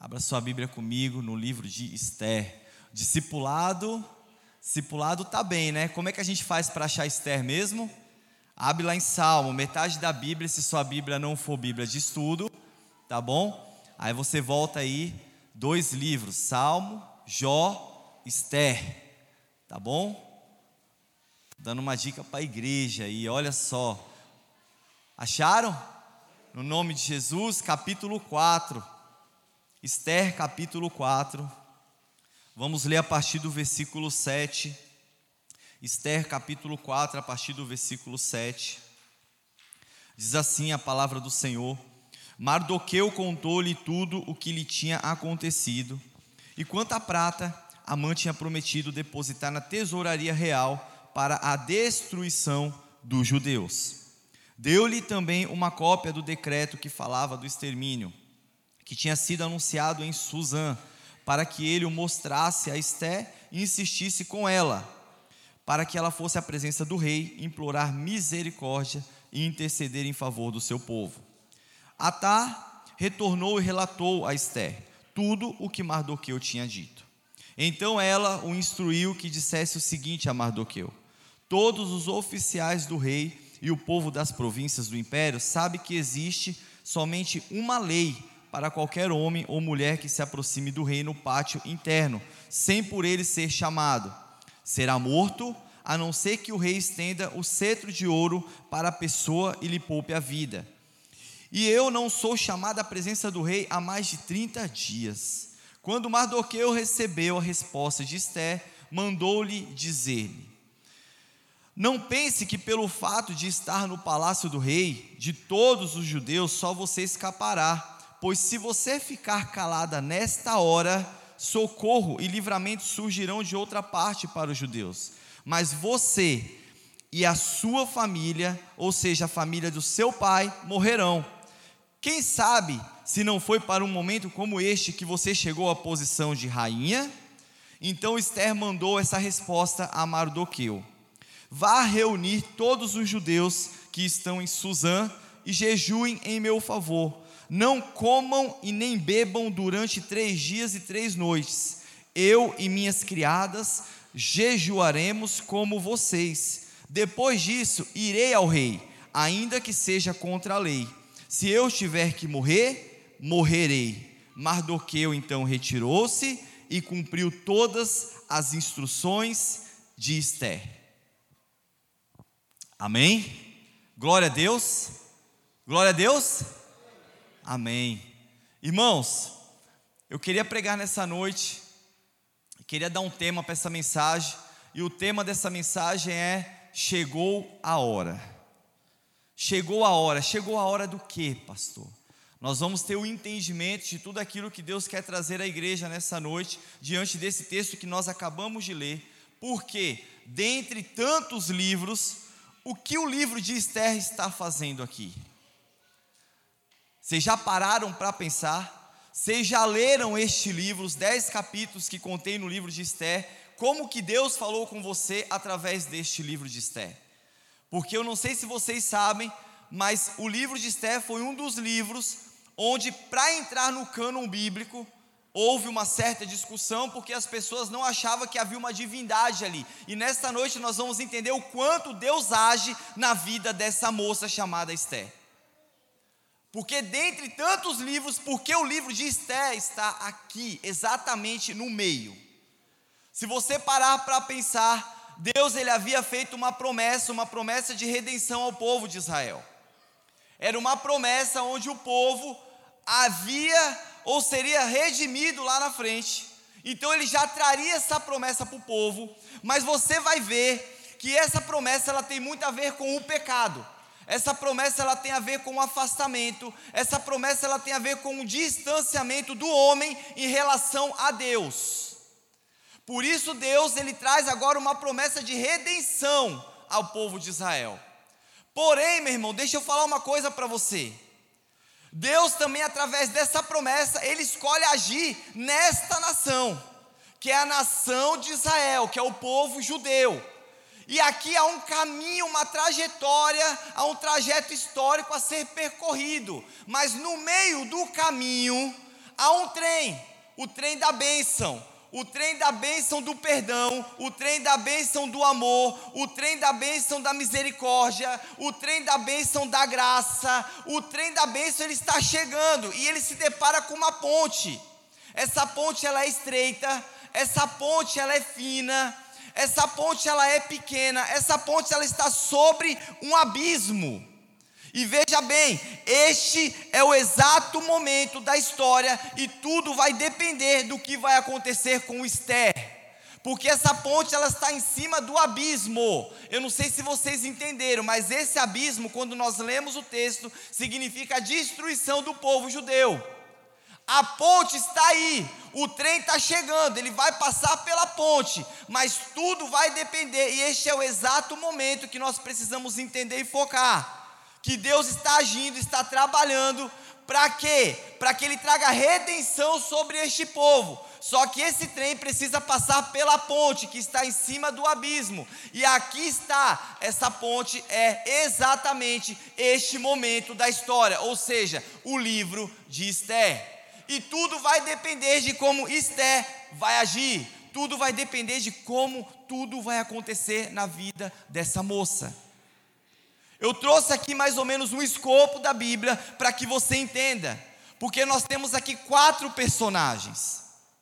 Abra sua Bíblia comigo no livro de Esther. Discipulado tá bem, né? Como é que a gente faz para achar Esther mesmo? Abre lá em Salmo, metade da Bíblia, se sua Bíblia não for Bíblia de estudo, tá bom? Aí você volta aí, 2 livros, Salmo, Jó, Esther, tá bom? Dando uma dica para a igreja aí, olha só. Acharam? No nome de Jesus, capítulo 4. Esther, capítulo 4. Vamos ler a partir do versículo 7. Esther, capítulo 4, a partir do versículo 7. Diz assim a palavra do Senhor: Mardoqueu contou-lhe tudo o que lhe tinha acontecido. E quanto à prata, Amã tinha prometido depositar na tesouraria real para a destruição dos judeus. Deu-lhe também uma cópia do decreto que falava do extermínio, que tinha sido anunciado em Susã, para que ele o mostrasse a Esther e insistisse com ela, para que ela fosse à presença do rei, implorar misericórdia e interceder em favor do seu povo. Atá retornou e relatou a Esther tudo o que Mardoqueu tinha dito. Então ela o instruiu que dissesse o seguinte a Mardoqueu: todos os oficiais do rei e o povo das províncias do império sabem que existe somente uma lei para qualquer homem ou mulher que se aproxime do rei no pátio interno, sem por ele ser chamado. Será morto, a não ser que o rei estenda o cetro de ouro para a pessoa e lhe poupe a vida. E eu não sou chamado à presença do rei há mais de 30 dias. Quando Mardoqueu recebeu a resposta de Esther, mandou-lhe dizer-lhe: não pense que pelo fato de estar no palácio do rei, de todos os judeus, só você escapará. Pois se você ficar calada nesta hora, socorro e livramento surgirão de outra parte para os judeus. Mas você e a sua família, ou seja, a família do seu pai, morrerão. Quem sabe se não foi para um momento como este que você chegou à posição de rainha? Então Esther mandou essa resposta a Mardoqueu: vá reunir todos os judeus que estão em Susã e jejuem em meu favor. Não comam e nem bebam durante 3 dias e 3 noites. Eu e minhas criadas jejuaremos como vocês. Depois disso, irei ao rei, ainda que seja contra a lei. Se eu tiver que morrer, morrerei. Mardoqueu então retirou-se e cumpriu todas as instruções de Esther. Amém? Glória a Deus. Glória a Deus. Amém. Irmãos, eu queria pregar nessa noite, queria dar um tema para essa mensagem, e o tema dessa mensagem é: chegou a hora. Chegou a hora. Chegou a hora do quê, pastor? Nós vamos ter o entendimento de tudo aquilo que Deus quer trazer à igreja nessa noite, diante desse texto que nós acabamos de ler, porque dentre tantos livros, o que o livro de Esther está fazendo aqui? Vocês já pararam para pensar? Vocês já leram este livro, os 10 capítulos que contém no livro de Esther? Como que Deus falou com você através deste livro de Esther? Porque eu não sei se vocês sabem, mas o livro de Esther foi um dos livros onde, para entrar no cânon bíblico, houve uma certa discussão, porque as pessoas não achavam que havia uma divindade ali. E nesta noite nós vamos entender o quanto Deus age na vida dessa moça chamada Esther. Porque dentre tantos livros, porque o livro de Esther está aqui, exatamente no meio. Se você parar para pensar, Deus ele havia feito uma promessa de redenção ao povo de Israel. Era uma promessa onde o povo havia ou seria redimido lá na frente. Então ele já traria essa promessa para o povo, mas você vai ver que essa promessa ela tem muito a ver com o pecado. Essa promessa ela tem a ver com o afastamento. Essa promessa ela tem a ver com o distanciamento do homem em relação a Deus. Por isso Deus ele traz agora uma promessa de redenção ao povo de Israel. Porém, meu irmão, deixa eu falar uma coisa para você. Deus também, através dessa promessa, ele escolhe agir nesta nação, que é a nação de Israel, que é o povo judeu. E aqui há um caminho, uma trajetória, há um trajeto histórico a ser percorrido. Mas no meio do caminho, há um trem, o trem da bênção. O trem da bênção do perdão, o trem da bênção do amor, o trem da bênção da misericórdia, o trem da bênção da graça, o trem da bênção ele está chegando e ele se depara com uma ponte. Essa ponte ela é estreita, essa ponte ela é fina, essa ponte ela é pequena, essa ponte ela está sobre um abismo. E veja bem, este é o exato momento da história e tudo vai depender do que vai acontecer com Esther. Porque essa ponte ela está em cima do abismo. Eu não sei se vocês entenderam, mas esse abismo, quando nós lemos o texto, significa a destruição do povo judeu. A ponte está aí, o trem está chegando, ele vai passar pela ponte, mas tudo vai depender, e este é o exato momento que nós precisamos entender e focar. Que Deus está agindo, está trabalhando, para quê? Para que Ele traga redenção sobre este povo. Só que esse trem precisa passar pela ponte que está em cima do abismo. E aqui está, essa ponte é exatamente este momento da história, ou seja, o livro de Esther. E tudo vai depender de como Esther vai agir. Tudo vai depender de como tudo vai acontecer na vida dessa moça. Eu trouxe aqui mais ou menos um escopo da Bíblia para que você entenda, porque nós temos aqui 4 personagens,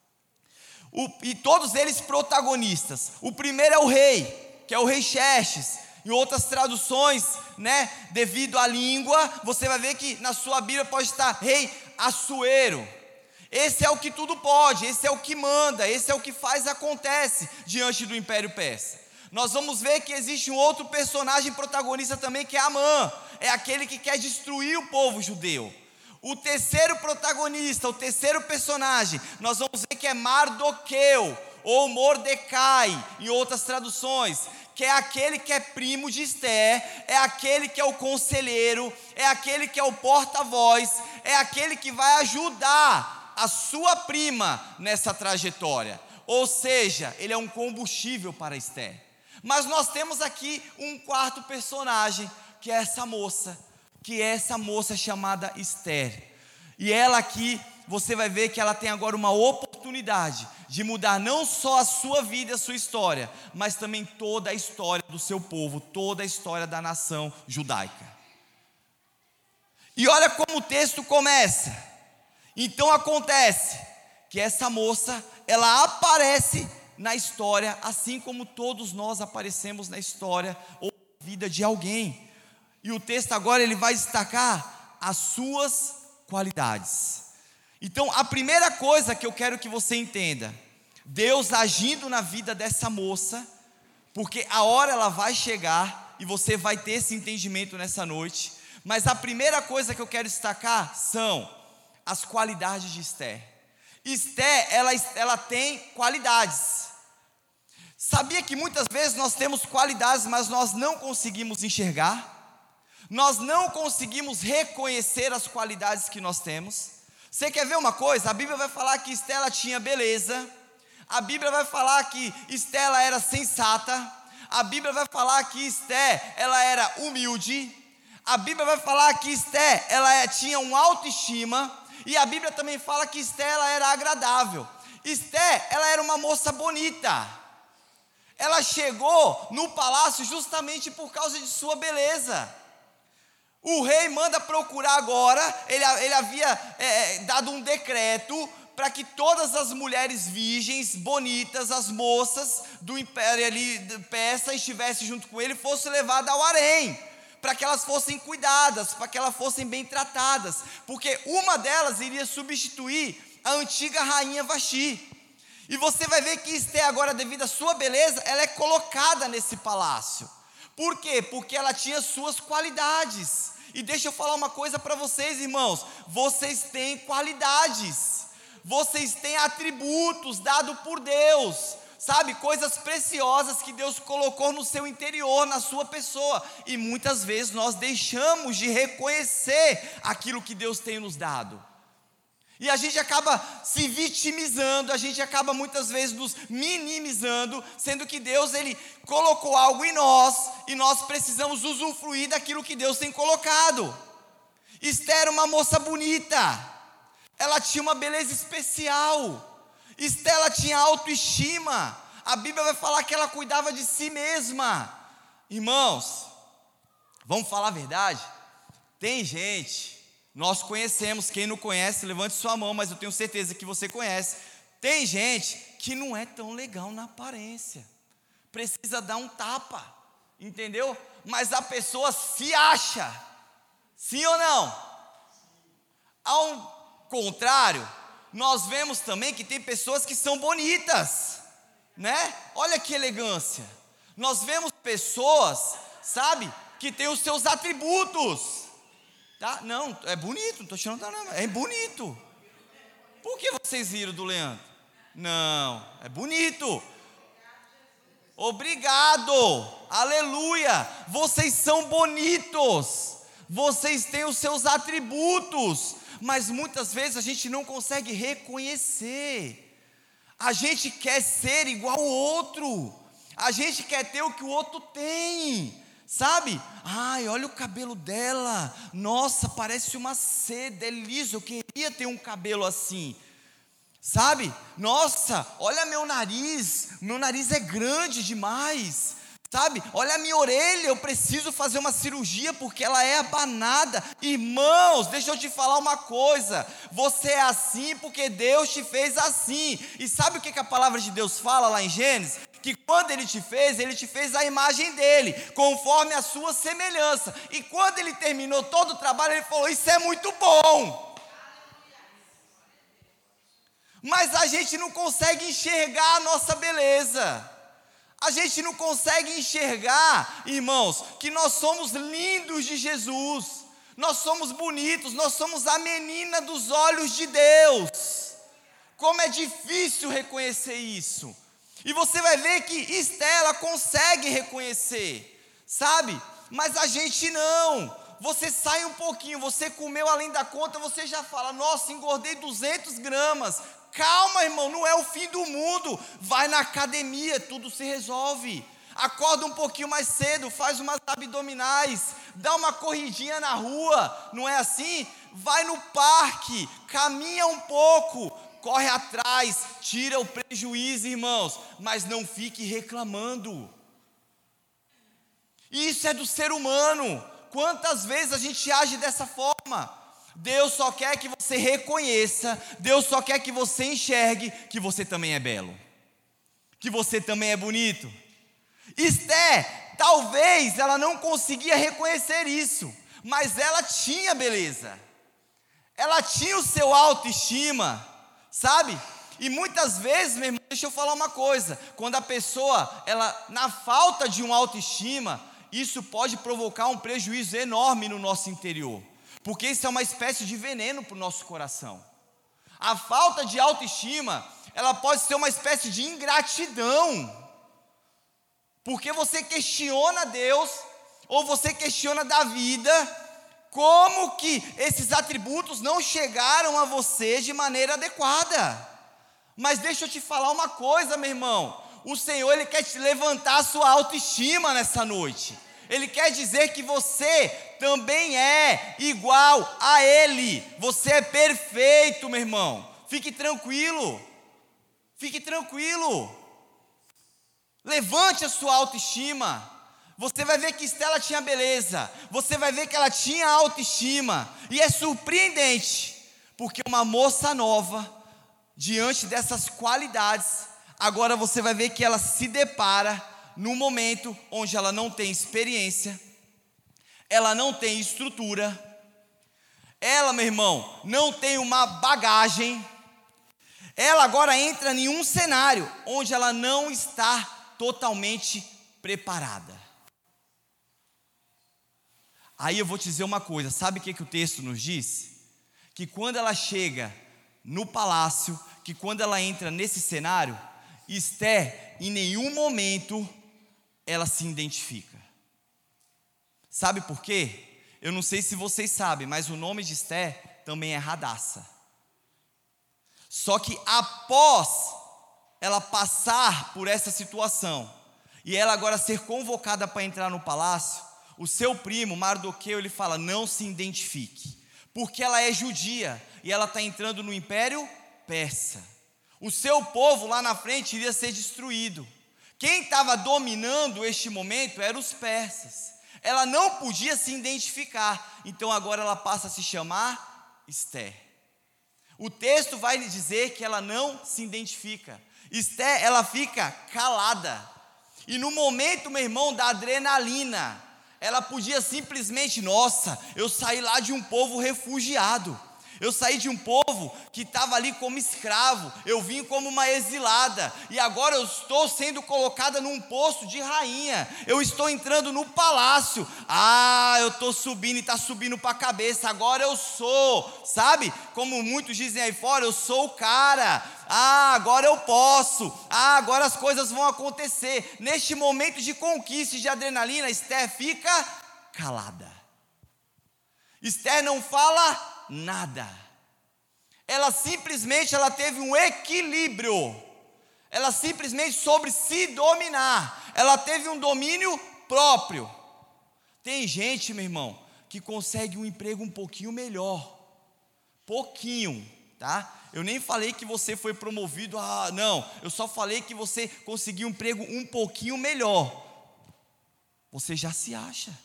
e todos eles protagonistas. O primeiro é o rei, que é o rei Xerxes. Em outras traduções, devido à língua, você vai ver que na sua Bíblia pode estar rei Assuero. Esse é o que tudo pode, esse é o que manda, esse é o que faz acontece diante do Império Persa. Nós vamos ver que existe um outro personagem protagonista também, que é Amã. É aquele que quer destruir o povo judeu. O terceiro protagonista, o terceiro personagem, nós vamos ver que é Mardoqueu, ou Mordecai, em outras traduções, que é aquele que é primo de Esther, é aquele que é o conselheiro, é aquele que é o porta-voz, é aquele que vai ajudar a sua prima nessa trajetória. Ou seja, ele é um combustível para Esther. Mas nós temos aqui um quarto personagem, que é essa moça chamada Esther. E ela aqui, você vai ver que ela tem agora uma oportunidade de mudar não só a sua vida e a sua história, mas também toda a história do seu povo, toda a história da nação judaica. E olha como o texto começa. Então acontece que essa moça, ela aparece na história, assim como todos nós aparecemos na história ou na vida de alguém. E o texto agora ele vai destacar as suas qualidades. Então a primeira coisa que eu quero que você entenda, Deus agindo na vida dessa moça, porque a hora ela vai chegar e você vai ter esse entendimento nessa noite. Mas a primeira coisa que eu quero destacar são as qualidades de Esther. Esther, ela tem qualidades. Sabia que muitas vezes nós temos qualidades, mas nós não conseguimos enxergar? Nós não conseguimos reconhecer as qualidades que nós temos. Você quer ver uma coisa? A Bíblia vai falar que Esther ela tinha beleza. A Bíblia vai falar que Esther ela era sensata. A Bíblia vai falar que Esther ela era humilde. A Bíblia vai falar que Esther ela tinha uma autoestima. E a Bíblia também fala que Esther ela era agradável. Esther ela era uma moça bonita. Ela chegou no palácio justamente por causa de sua beleza. O rei manda procurar agora, ele havia dado um decreto para que todas as mulheres virgens, bonitas, as moças do império ali persa estivessem junto com ele, fossem levadas ao harém, para que elas fossem cuidadas, para que elas fossem bem tratadas, porque uma delas iria substituir a antiga rainha Vasti. E você vai ver que Esther agora, devido à sua beleza, ela é colocada nesse palácio. Por quê? Porque ela tinha suas qualidades. E deixa eu falar uma coisa para vocês, irmãos. Vocês têm qualidades. Vocês têm atributos dados por Deus. Sabe, coisas preciosas que Deus colocou no seu interior, na sua pessoa. E muitas vezes nós deixamos de reconhecer aquilo que Deus tem nos dado. E a gente acaba se vitimizando, a gente acaba muitas vezes nos minimizando, sendo que Deus ele colocou algo em nós e nós precisamos usufruir daquilo que Deus tem colocado. Esther era uma moça bonita. Ela tinha uma beleza especial. Esté, ela tinha autoestima. A Bíblia vai falar que ela cuidava de si mesma. Irmãos, vamos falar a verdade? Tem gente, nós conhecemos, quem não conhece, levante sua mão, mas eu tenho certeza que você conhece. Tem gente que não é tão legal na aparência, precisa dar um tapa, entendeu? Mas a pessoa se acha, sim ou não? Ao contrário, nós vemos também que tem pessoas que são bonitas, né? Olha que elegância. Nós vemos pessoas, sabe, que tem os seus atributos, tá? Não, é bonito, não estou achando nada, não, é bonito. Por que vocês riram do Leandro? Não, é bonito. Obrigado, aleluia. Vocês são bonitos, vocês têm os seus atributos, mas muitas vezes a gente não consegue reconhecer. A gente quer ser igual ao outro, a gente quer ter o que o outro tem, sabe? Ai, olha o cabelo dela, nossa, parece uma seda, é liso, eu queria ter um cabelo assim, sabe? Nossa, olha meu nariz é grande demais, sabe? Olha a minha orelha, eu preciso fazer uma cirurgia porque ela é abanada. Irmãos, deixa eu te falar uma coisa, você é assim porque Deus te fez assim. E sabe o que a palavra de Deus fala lá em Gênesis? Que quando Ele te fez a imagem dEle, conforme a sua semelhança. E quando Ele terminou todo o trabalho, Ele falou, isso é muito bom. Mas a gente não consegue enxergar a nossa beleza. A gente não consegue enxergar, irmãos, que nós somos lindos de Jesus. Nós somos bonitos, nós somos a menina dos olhos de Deus. Como é difícil reconhecer isso. E você vai ver que Estela consegue reconhecer, sabe? Mas a gente não. Você sai um pouquinho, você comeu além da conta, você já fala, nossa, engordei 200 gramas. Calma, irmão, não é o fim do mundo. Vai na academia, tudo se resolve. Acorda um pouquinho mais cedo, faz umas abdominais, dá uma corridinha na rua, não é assim? Vai no parque, caminha um pouco, corre atrás, tira o prejuízo, irmãos, mas não fique reclamando. Isso é do ser humano. Quantas vezes a gente age dessa forma? Deus só quer que você reconheça, Deus só quer que você enxergue que você também é belo, que você também é bonito. Esté, talvez ela não conseguia reconhecer isso, mas ela tinha beleza, ela tinha o seu autoestima, sabe? E muitas vezes, meu irmão, deixa eu falar uma coisa, quando a pessoa, ela, na falta de uma autoestima, isso pode provocar um prejuízo enorme no nosso interior. Porque isso é uma espécie de veneno para o nosso coração. A falta de autoestima, ela pode ser uma espécie de ingratidão. Porque você questiona Deus, ou você questiona da vida, como que esses atributos não chegaram a você de maneira adequada. Mas deixa eu te falar uma coisa, meu irmão. O Senhor, Ele quer te levantar a sua autoestima nessa noite. Ele quer dizer que você também é igual a Ele. Você é perfeito, meu irmão. Fique tranquilo. Fique tranquilo. Levante a sua autoestima. Você vai ver que Estela tinha beleza. Você vai ver que ela tinha autoestima. E é surpreendente, porque uma moça nova, diante dessas qualidades, agora você vai ver que ela se depara num momento onde ela não tem experiência, ela não tem estrutura, ela, meu irmão, não tem uma bagagem, ela agora entra em um cenário onde ela não está totalmente preparada. Aí eu vou te dizer uma coisa, sabe o que o texto nos diz? Que quando ela chega no palácio, que quando ela entra nesse cenário, Esté, em nenhum momento ela se identifica. Sabe por quê? Eu não sei se vocês sabem, mas o nome de Esté também é Radassa. Só que após ela passar por essa situação, e ela agora ser convocada para entrar no palácio, o seu primo, Mardoqueu, ele fala, não se identifique, porque ela é judia e ela está entrando no Império Persa. O seu povo lá na frente iria ser destruído. Quem estava dominando este momento eram os persas. Ela não podia se identificar, então agora ela passa a se chamar Esther. O texto vai lhe dizer que ela não se identifica. Esther, ela fica calada. E no momento, meu irmão, da adrenalina, ela podia simplesmente, nossa, eu saí lá de um povo refugiado. Eu saí de um povo que estava ali como escravo, eu vim como uma exilada, e agora eu estou sendo colocada num posto de rainha, eu estou entrando no palácio, eu estou subindo e está subindo para a cabeça, agora eu sou, sabe, como muitos dizem aí fora, eu sou o cara, agora eu posso, agora as coisas vão acontecer. Neste momento de conquista e de adrenalina, Esther fica calada, Esther não fala nada, ela simplesmente teve um equilíbrio, ela simplesmente soube se dominar, ela teve um domínio próprio. Tem gente, meu irmão, que consegue um emprego um pouquinho melhor, pouquinho, tá? Eu nem falei que você foi promovido, não, eu só falei que você conseguiu um emprego um pouquinho melhor, você já se acha.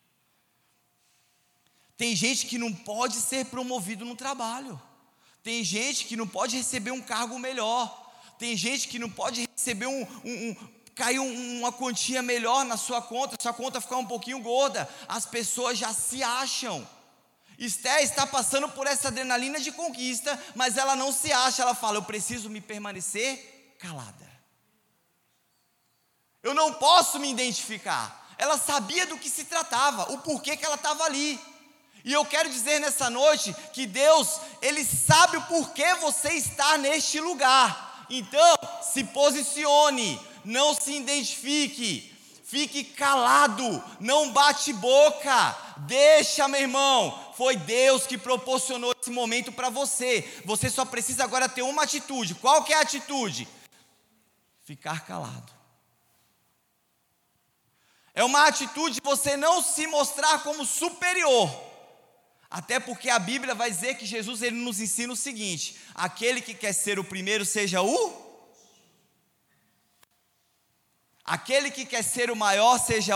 Tem gente que não pode ser promovido no trabalho. Tem gente que não pode receber um cargo melhor. Tem gente que não pode receber cair uma quantia melhor na sua conta ficar um pouquinho gorda. As pessoas já se acham. Esther está passando por essa adrenalina de conquista, mas ela não se acha. Ela fala, eu preciso me permanecer calada. Eu não posso me identificar. Ela sabia do que se tratava, o porquê que ela estava ali. E eu quero dizer nessa noite que Deus, Ele sabe o porquê você está neste lugar. Então, se posicione, não se identifique, fique calado, não bate boca, deixa, meu irmão. Foi Deus que proporcionou esse momento para você. Você só precisa agora ter uma atitude. Qual que é a atitude? Ficar calado. É uma atitude de você não se mostrar como superior. Até porque a Bíblia vai dizer que Jesus ele nos ensina o seguinte: aquele que quer ser o primeiro seja aquele que quer ser o maior seja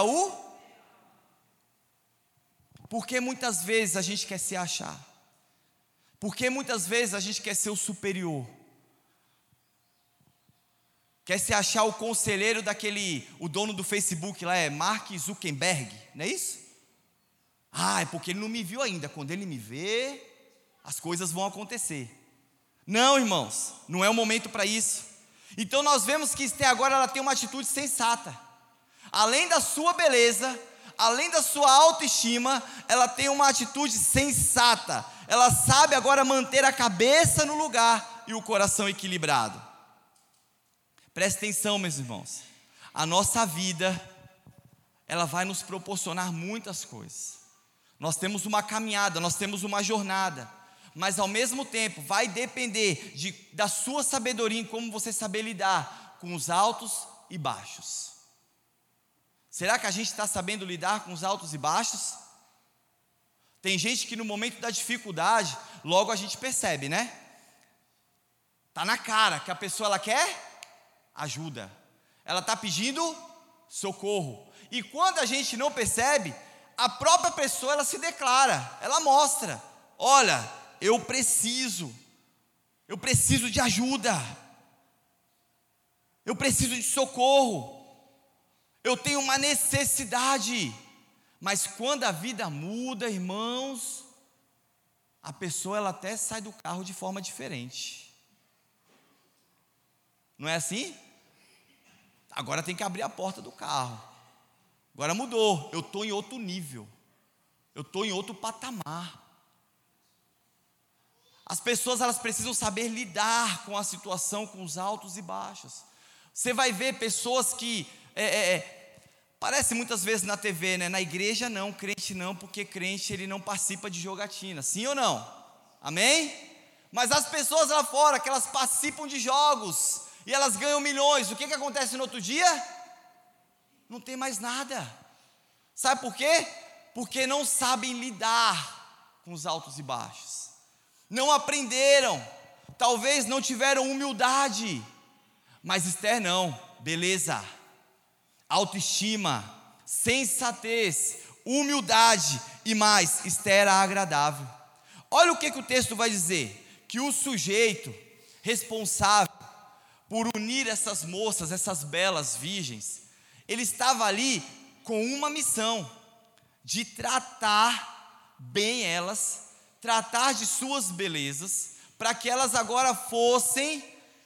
Porque muitas vezes a gente quer se achar, porque muitas vezes a gente quer ser o superior, quer se achar o conselheiro o dono do Facebook lá é Mark Zuckerberg, não é isso? É porque ele não me viu ainda, quando ele me vê, as coisas vão acontecer. Não, irmãos, não é o momento para isso. Então nós vemos que Esther agora ela tem uma atitude sensata. Além da sua beleza, além da sua autoestima, ela tem uma atitude sensata. Ela sabe agora manter a cabeça no lugar e o coração equilibrado. Preste atenção, meus irmãos. A nossa vida, ela vai nos proporcionar muitas coisas. Nós temos uma caminhada, nós temos uma jornada, mas ao mesmo tempo vai depender da sua sabedoria em como você saber lidar com os altos e baixos. Será que a gente está sabendo lidar com os altos e baixos? Tem gente que no momento da dificuldade, logo a gente percebe, né? Está na cara que a pessoa ela quer ajuda, ela está pedindo socorro, e quando a gente não percebe, a própria pessoa ela se declara, ela mostra, olha, eu preciso de ajuda, eu preciso de socorro, eu tenho uma necessidade. Mas quando a vida muda, irmãos, a pessoa ela até sai do carro de forma diferente, não é assim? Agora tem que abrir a porta do carro. Agora mudou, eu estou em outro nível, eu estou em outro patamar. As pessoas elas precisam saber lidar com a situação, com os altos e baixos. Você vai ver pessoas que parece muitas vezes na TV, né? Na igreja não, crente não, porque crente ele não participa de jogatina, sim ou não? Amém? Mas as pessoas lá fora, que elas participam de jogos e elas ganham milhões, o que acontece no outro dia? Não tem mais nada. Sabe por quê? Porque não sabem lidar com os altos e baixos. Não aprenderam, talvez não tiveram humildade. Mas Esther não, beleza, autoestima, sensatez, humildade e mais, Esther era agradável. Olha o que o texto vai dizer, que o sujeito responsável por unir essas moças, essas belas virgens, ele estava ali com uma missão, de tratar bem elas, tratar de suas belezas, para que elas agora fossem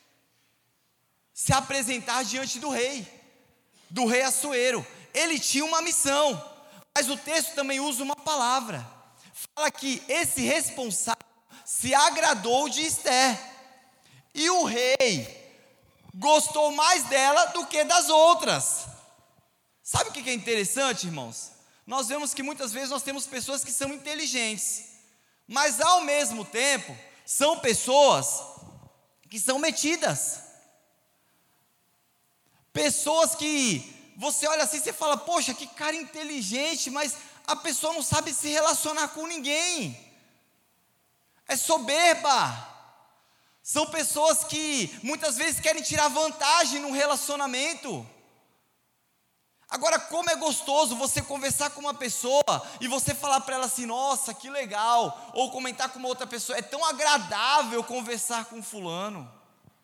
se apresentar diante do rei Assuero. Ele tinha uma missão, mas o texto também usa uma palavra, fala que esse responsável se agradou de Esther, e o rei gostou mais dela do que das outras. Sabe o que é interessante, irmãos? Nós vemos que muitas vezes nós temos pessoas que são inteligentes, mas ao mesmo tempo, são pessoas que são metidas. Pessoas que você olha assim e você fala, poxa, que cara inteligente, mas a pessoa não sabe se relacionar com ninguém. É soberba. São pessoas que muitas vezes querem tirar vantagem num relacionamento. Agora, como é gostoso você conversar com uma pessoa e você falar para ela assim, nossa, que legal, ou comentar com uma outra pessoa, é tão agradável conversar com fulano.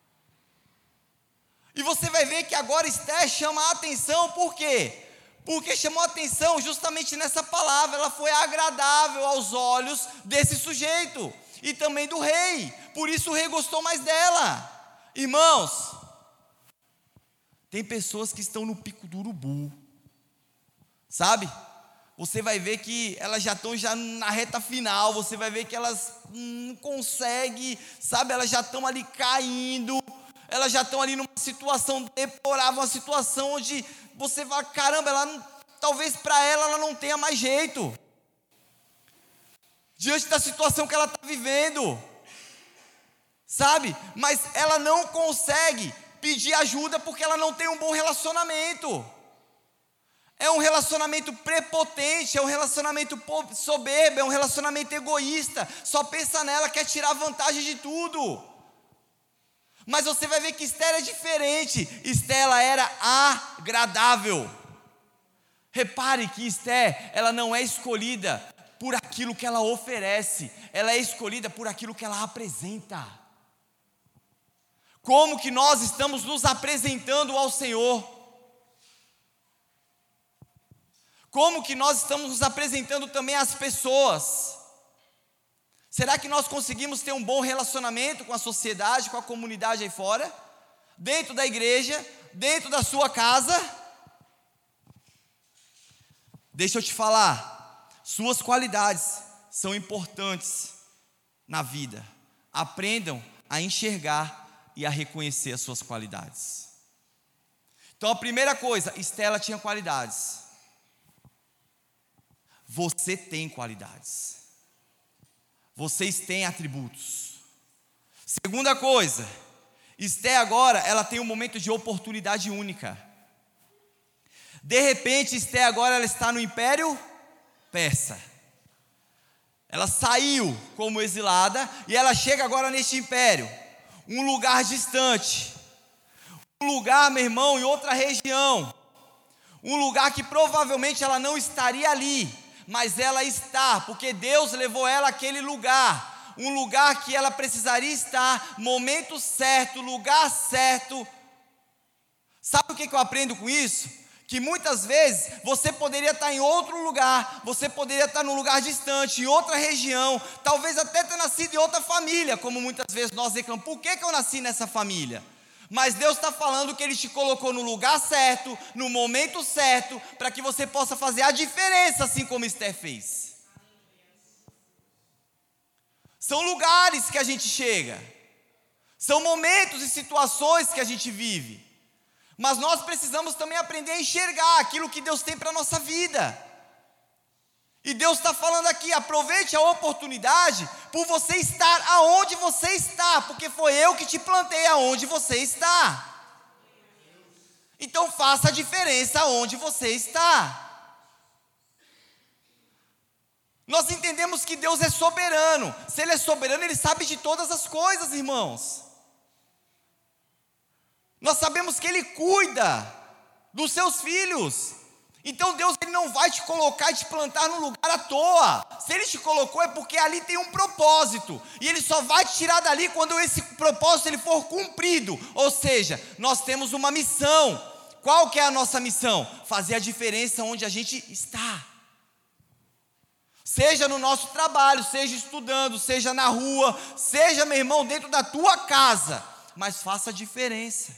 E você vai ver que agora Esther chama a atenção, por quê? Porque chamou a atenção justamente nessa palavra, ela foi agradável aos olhos desse sujeito, e também do rei, por isso o rei gostou mais dela. Irmãos, tem pessoas que estão no pico do urubu, sabe? Você vai ver que elas já estão na reta final, você vai ver que elas não conseguem, sabe? Elas já estão ali caindo, elas já estão ali numa situação deplorável, uma situação onde você vai, caramba, talvez para ela não tenha mais jeito, diante da situação que ela está vivendo, sabe? Mas ela não consegue pedir ajuda porque ela não tem um bom relacionamento. É um relacionamento prepotente, é um relacionamento soberbo, é um relacionamento egoísta, só pensa nela, quer tirar vantagem de tudo. Mas você vai ver que Esther é diferente. Esther, ela era agradável. Repare que Esther, ela não é escolhida por aquilo que ela oferece, ela é escolhida por aquilo que ela apresenta. Como que nós estamos nos apresentando ao Senhor? Como que nós estamos nos apresentando também às pessoas? Será que nós conseguimos ter um bom relacionamento com a sociedade, com a comunidade aí fora? Dentro da igreja, dentro da sua casa? Deixa eu te falar, suas qualidades são importantes na vida. Aprendam a enxergar e a reconhecer as suas qualidades. Então a primeira coisa, Esther tinha qualidades. Você tem qualidades. Vocês têm atributos. Segunda coisa, Esther agora, ela tem um momento de oportunidade única. De repente, Esther agora ela está no Império Persa. Ela saiu como exilada e ela chega agora neste império, um lugar distante, um lugar, meu irmão, em outra região, um lugar que provavelmente ela não estaria ali, mas ela está, porque Deus levou ela àquele lugar, um lugar que ela precisaria estar, momento certo, lugar certo. Sabe o que eu aprendo com isso? Que muitas vezes você poderia estar em outro lugar, você poderia estar num lugar distante, em outra região, talvez até ter nascido em outra família, como muitas vezes nós reclamamos, por que eu nasci nessa família? Mas Deus está falando que Ele te colocou no lugar certo, no momento certo, para que você possa fazer a diferença, assim como Esther fez. São lugares que a gente chega, são momentos e situações que a gente vive, mas nós precisamos também aprender a enxergar aquilo que Deus tem para a nossa vida. E Deus está falando aqui, aproveite a oportunidade por você estar aonde você está, porque foi eu que te plantei aonde você está. Então faça a diferença aonde você está. Nós entendemos que Deus é soberano. Se Ele é soberano, Ele sabe de todas as coisas, irmãos. Nós sabemos que Ele cuida dos seus filhos. Então Deus, Ele não vai te colocar e te plantar num lugar à toa. Se Ele te colocou é porque ali tem um propósito. E Ele só vai te tirar dali quando esse propósito ele for cumprido. Ou seja, nós temos uma missão. Qual que é a nossa missão? Fazer a diferença onde a gente está. Seja no nosso trabalho, seja estudando, seja na rua, seja, meu irmão, dentro da tua casa. Mas faça a diferença.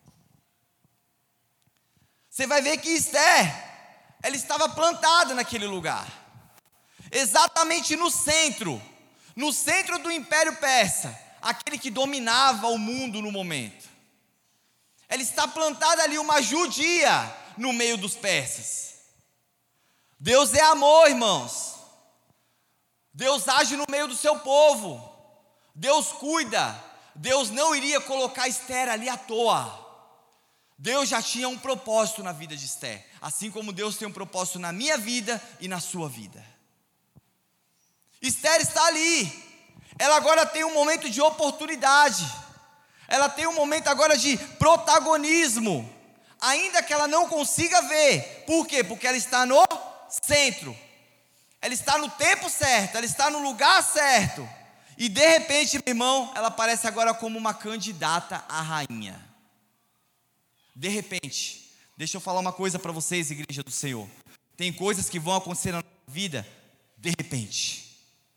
Você vai ver que Esther, ela estava plantada naquele lugar, exatamente no centro do Império Persa, aquele que dominava o mundo no momento. Ela está plantada ali, uma judia, no meio dos persas. Deus é amor, irmãos. Deus age no meio do seu povo. Deus cuida. Deus não iria colocar Esther ali à toa. Deus já tinha um propósito na vida de Esther, assim como Deus tem um propósito na minha vida e na sua vida. Esther está ali, ela agora tem um momento de oportunidade, ela tem um momento agora de protagonismo, ainda que ela não consiga ver. Por quê? Porque ela está no centro, ela está no tempo certo, ela está no lugar certo, e de repente, meu irmão, ela aparece agora como uma candidata à rainha. De repente, deixa eu falar uma coisa para vocês, igreja do Senhor. Tem coisas que vão acontecer na nossa vida, de repente.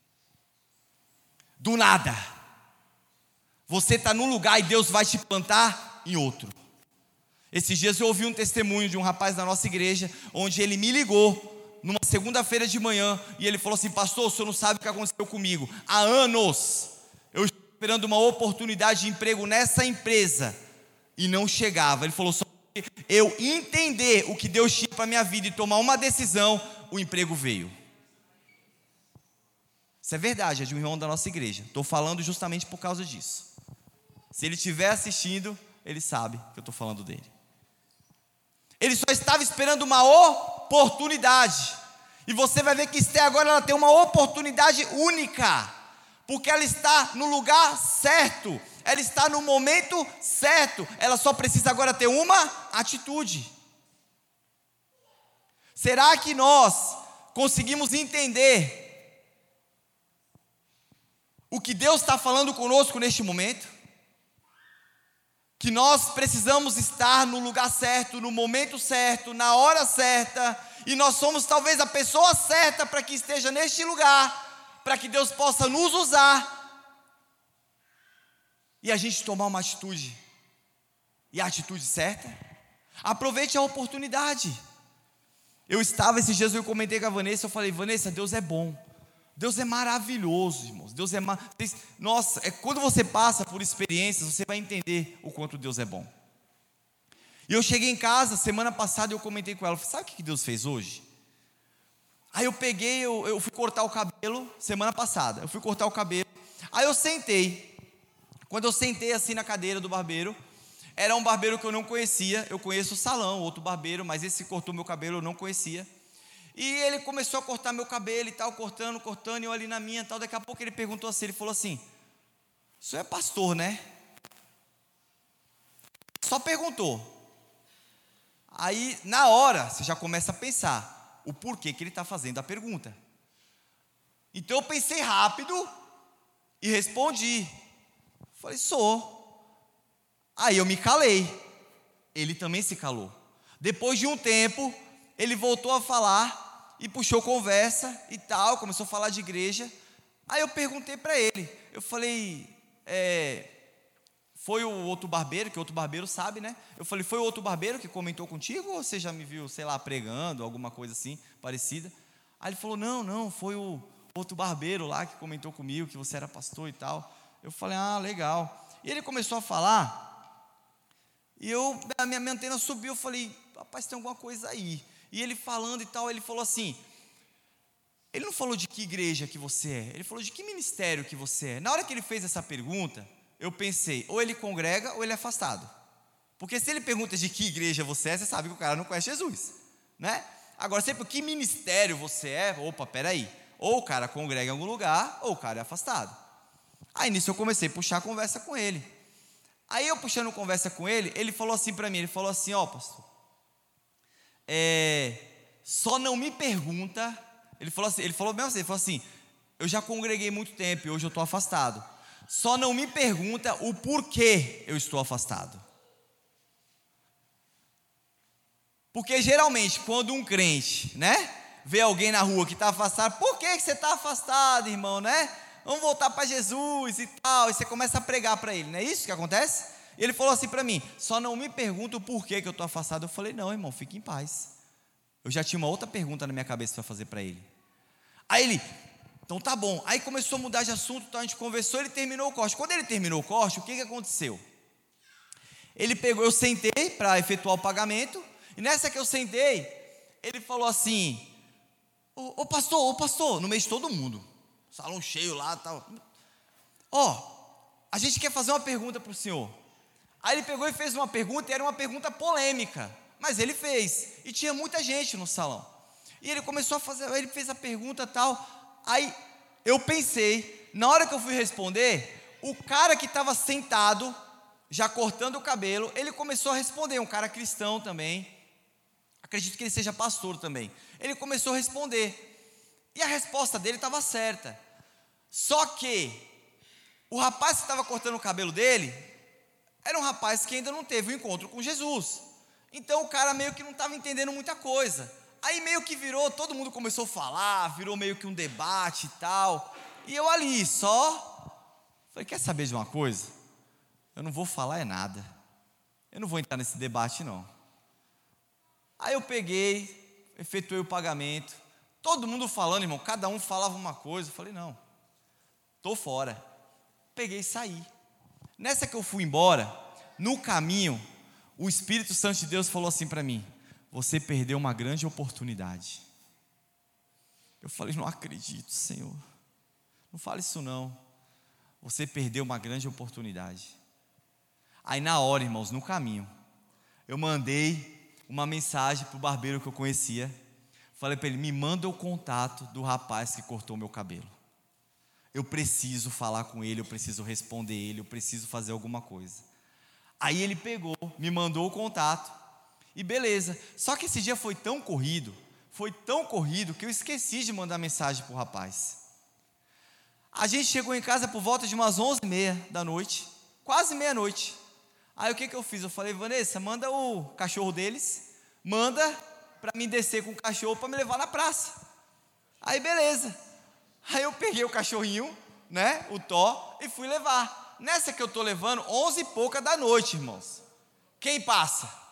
Do nada. Você está num lugar e Deus vai te plantar em outro. Esses dias eu ouvi um testemunho de um rapaz da nossa igreja, onde ele me ligou, numa segunda-feira de manhã, e ele falou assim: pastor, o senhor não sabe o que aconteceu comigo. Há anos, eu estou esperando uma oportunidade de emprego nessa empresa, e não chegava. Ele falou: só que eu entender o que Deus tinha para a minha vida e tomar uma decisão, o emprego veio. Isso é verdade, é de um irmão da nossa igreja. Estou falando justamente por causa disso. Se ele estiver assistindo, ele sabe que eu estou falando dele. Ele só estava esperando uma oportunidade. E você vai ver que Esther agora ela tem uma oportunidade única, porque ela está no lugar certo, ela está no momento certo, ela só precisa agora ter uma atitude. Será que nós conseguimos entender o que Deus está falando conosco neste momento? Que nós precisamos estar no lugar certo, no momento certo, na hora certa, e nós somos talvez a pessoa certa para que esteja neste lugar, para que Deus possa nos usar, e a gente tomar uma atitude, e a atitude certa. Aproveite a oportunidade. Eu estava esses dias, eu comentei com a Vanessa, eu falei: Vanessa, Deus é bom, Deus é maravilhoso, irmãos. Deus é nossa, quando você passa por experiências, você vai entender o quanto Deus é bom. E eu cheguei em casa, semana passada, eu comentei com ela, sabe o que Deus fez hoje? Aí eu peguei, eu fui cortar o cabelo, semana passada, eu fui cortar o cabelo, aí eu sentei. Quando eu sentei assim na cadeira do barbeiro, era um barbeiro que eu não conhecia. Eu conheço o Salão, outro barbeiro, mas esse que cortou meu cabelo eu não conhecia. E ele começou a cortar meu cabelo e tal, cortando, e eu ali na minha e tal. Daqui a pouco ele perguntou assim, ele falou assim: o senhor é pastor, né? Só perguntou. Aí, na hora, você já começa a pensar o porquê que ele está fazendo a pergunta. Então eu pensei rápido e respondi. Falei: sou. Aí eu me calei. Ele também se calou. Depois de um tempo, ele voltou a falar e puxou conversa e tal, começou a falar de igreja. Aí eu perguntei para ele, eu falei: foi o outro barbeiro, que o outro barbeiro sabe, né? Eu falei: foi o outro barbeiro que comentou contigo, ou você já me viu, sei lá, pregando, alguma coisa assim, parecida? Aí ele falou: não, foi o outro barbeiro lá que comentou comigo, que você era pastor e tal. Eu falei: ah, legal. E ele começou a falar, e a minha antena subiu, eu falei: rapaz, tem alguma coisa aí. E ele falando e tal, ele falou assim, ele não falou de que igreja que você é, ele falou de que ministério que você é. Na hora que ele fez essa pergunta, eu pensei, ou ele congrega ou ele é afastado. Porque se ele pergunta de que igreja você é, você sabe que o cara não conhece Jesus, né? Agora, sempre que ministério você é, opa, peraí, Ou o cara congrega em algum lugar, ou o cara é afastado. Aí nisso eu comecei a puxar a conversa com ele. Aí eu puxando conversa com ele, ele falou assim para mim, ele falou assim, ó pastor, só não me pergunta, ele falou mesmo assim, ele falou assim, eu já congreguei muito tempo e hoje eu estou afastado. Só não me pergunta o porquê eu estou afastado. Porque geralmente quando um crente, né, vê alguém na rua que está afastado, por que você está afastado, irmão, né? Vamos voltar para Jesus e tal, e você começa a pregar para ele, não é isso que acontece? E ele falou assim para mim, só não me pergunta o porquê que eu estou afastado. Eu falei, não, irmão, fique em paz. Eu já tinha uma outra pergunta na minha cabeça para fazer para ele. Aí ele, então tá bom. Aí começou a mudar de assunto, então a gente conversou, ele terminou o corte. Quando ele terminou o corte, o que aconteceu? Ele pegou, eu sentei para efetuar o pagamento, e nessa que eu sentei, ele falou assim, ô pastor, no meio de todo mundo, salão cheio lá e tal, a gente quer fazer uma pergunta para o senhor. Aí ele pegou e fez uma pergunta, e era uma pergunta polêmica, mas ele fez, e tinha muita gente no salão, e ele começou a fazer, ele fez a pergunta e tal. Aí eu pensei, na hora que eu fui responder, o cara que estava sentado, já cortando o cabelo, ele começou a responder, um cara cristão também, acredito que ele seja pastor também, ele começou a responder, e a resposta dele estava certa, só que o rapaz que estava cortando o cabelo dele, era um rapaz que ainda não teve um encontro com Jesus, então o cara meio que não estava entendendo muita coisa. Aí meio que virou, todo mundo começou a falar, virou meio que um debate e tal, e eu ali só, falei, quer saber de uma coisa? Eu não vou falar nada, eu não vou entrar nesse debate não. Aí eu peguei, efetuei o pagamento, todo mundo falando, irmão, cada um falava uma coisa, eu falei, não, estou fora. Peguei e saí. Nessa que eu fui embora, no caminho, o Espírito Santo de Deus falou assim para mim, você perdeu uma grande oportunidade. Eu falei, não acredito, Senhor, não fale isso não, você perdeu uma grande oportunidade. Aí na hora, irmãos, no caminho, eu mandei uma mensagem para o barbeiro que eu conhecia, falei para ele, me manda o contato do rapaz que cortou meu cabelo, eu preciso falar com ele, eu preciso responder ele, eu preciso fazer alguma coisa. Aí ele pegou, me mandou o contato, e beleza, só que esse dia foi tão corrido que eu esqueci de mandar mensagem para o rapaz. A gente chegou em casa por volta de umas 11h30 da noite, quase meia-noite. Aí o que eu fiz? Eu falei, Vanessa, manda o cachorro deles, manda para mim descer com o cachorro para me levar na praça. Aí beleza, aí eu peguei o cachorrinho, né, o Thó, e fui levar. Nessa que eu estou levando, 11h pouca da noite, irmãos, quem passa?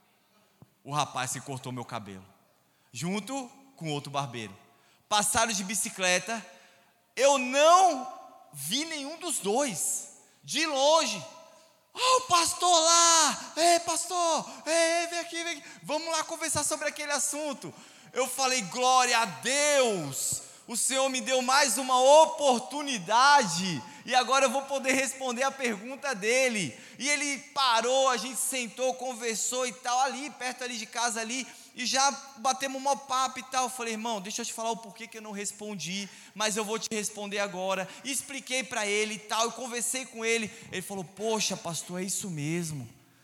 O rapaz que cortou meu cabelo, junto com outro barbeiro, passaram de bicicleta, eu não vi nenhum dos dois, de longe, o pastor lá, ei pastor, vem aqui, vamos lá conversar sobre aquele assunto. Eu falei, glória a Deus, o Senhor me deu mais uma oportunidade, e agora eu vou poder responder a pergunta dele. E ele parou, a gente sentou, conversou e tal, ali, perto ali de casa ali, e já batemos um papo e tal. Eu falei, irmão, deixa eu te falar o porquê que eu não respondi, mas eu vou te responder agora. E expliquei para ele e tal, eu conversei com ele. Ele falou, poxa pastor, é isso mesmo,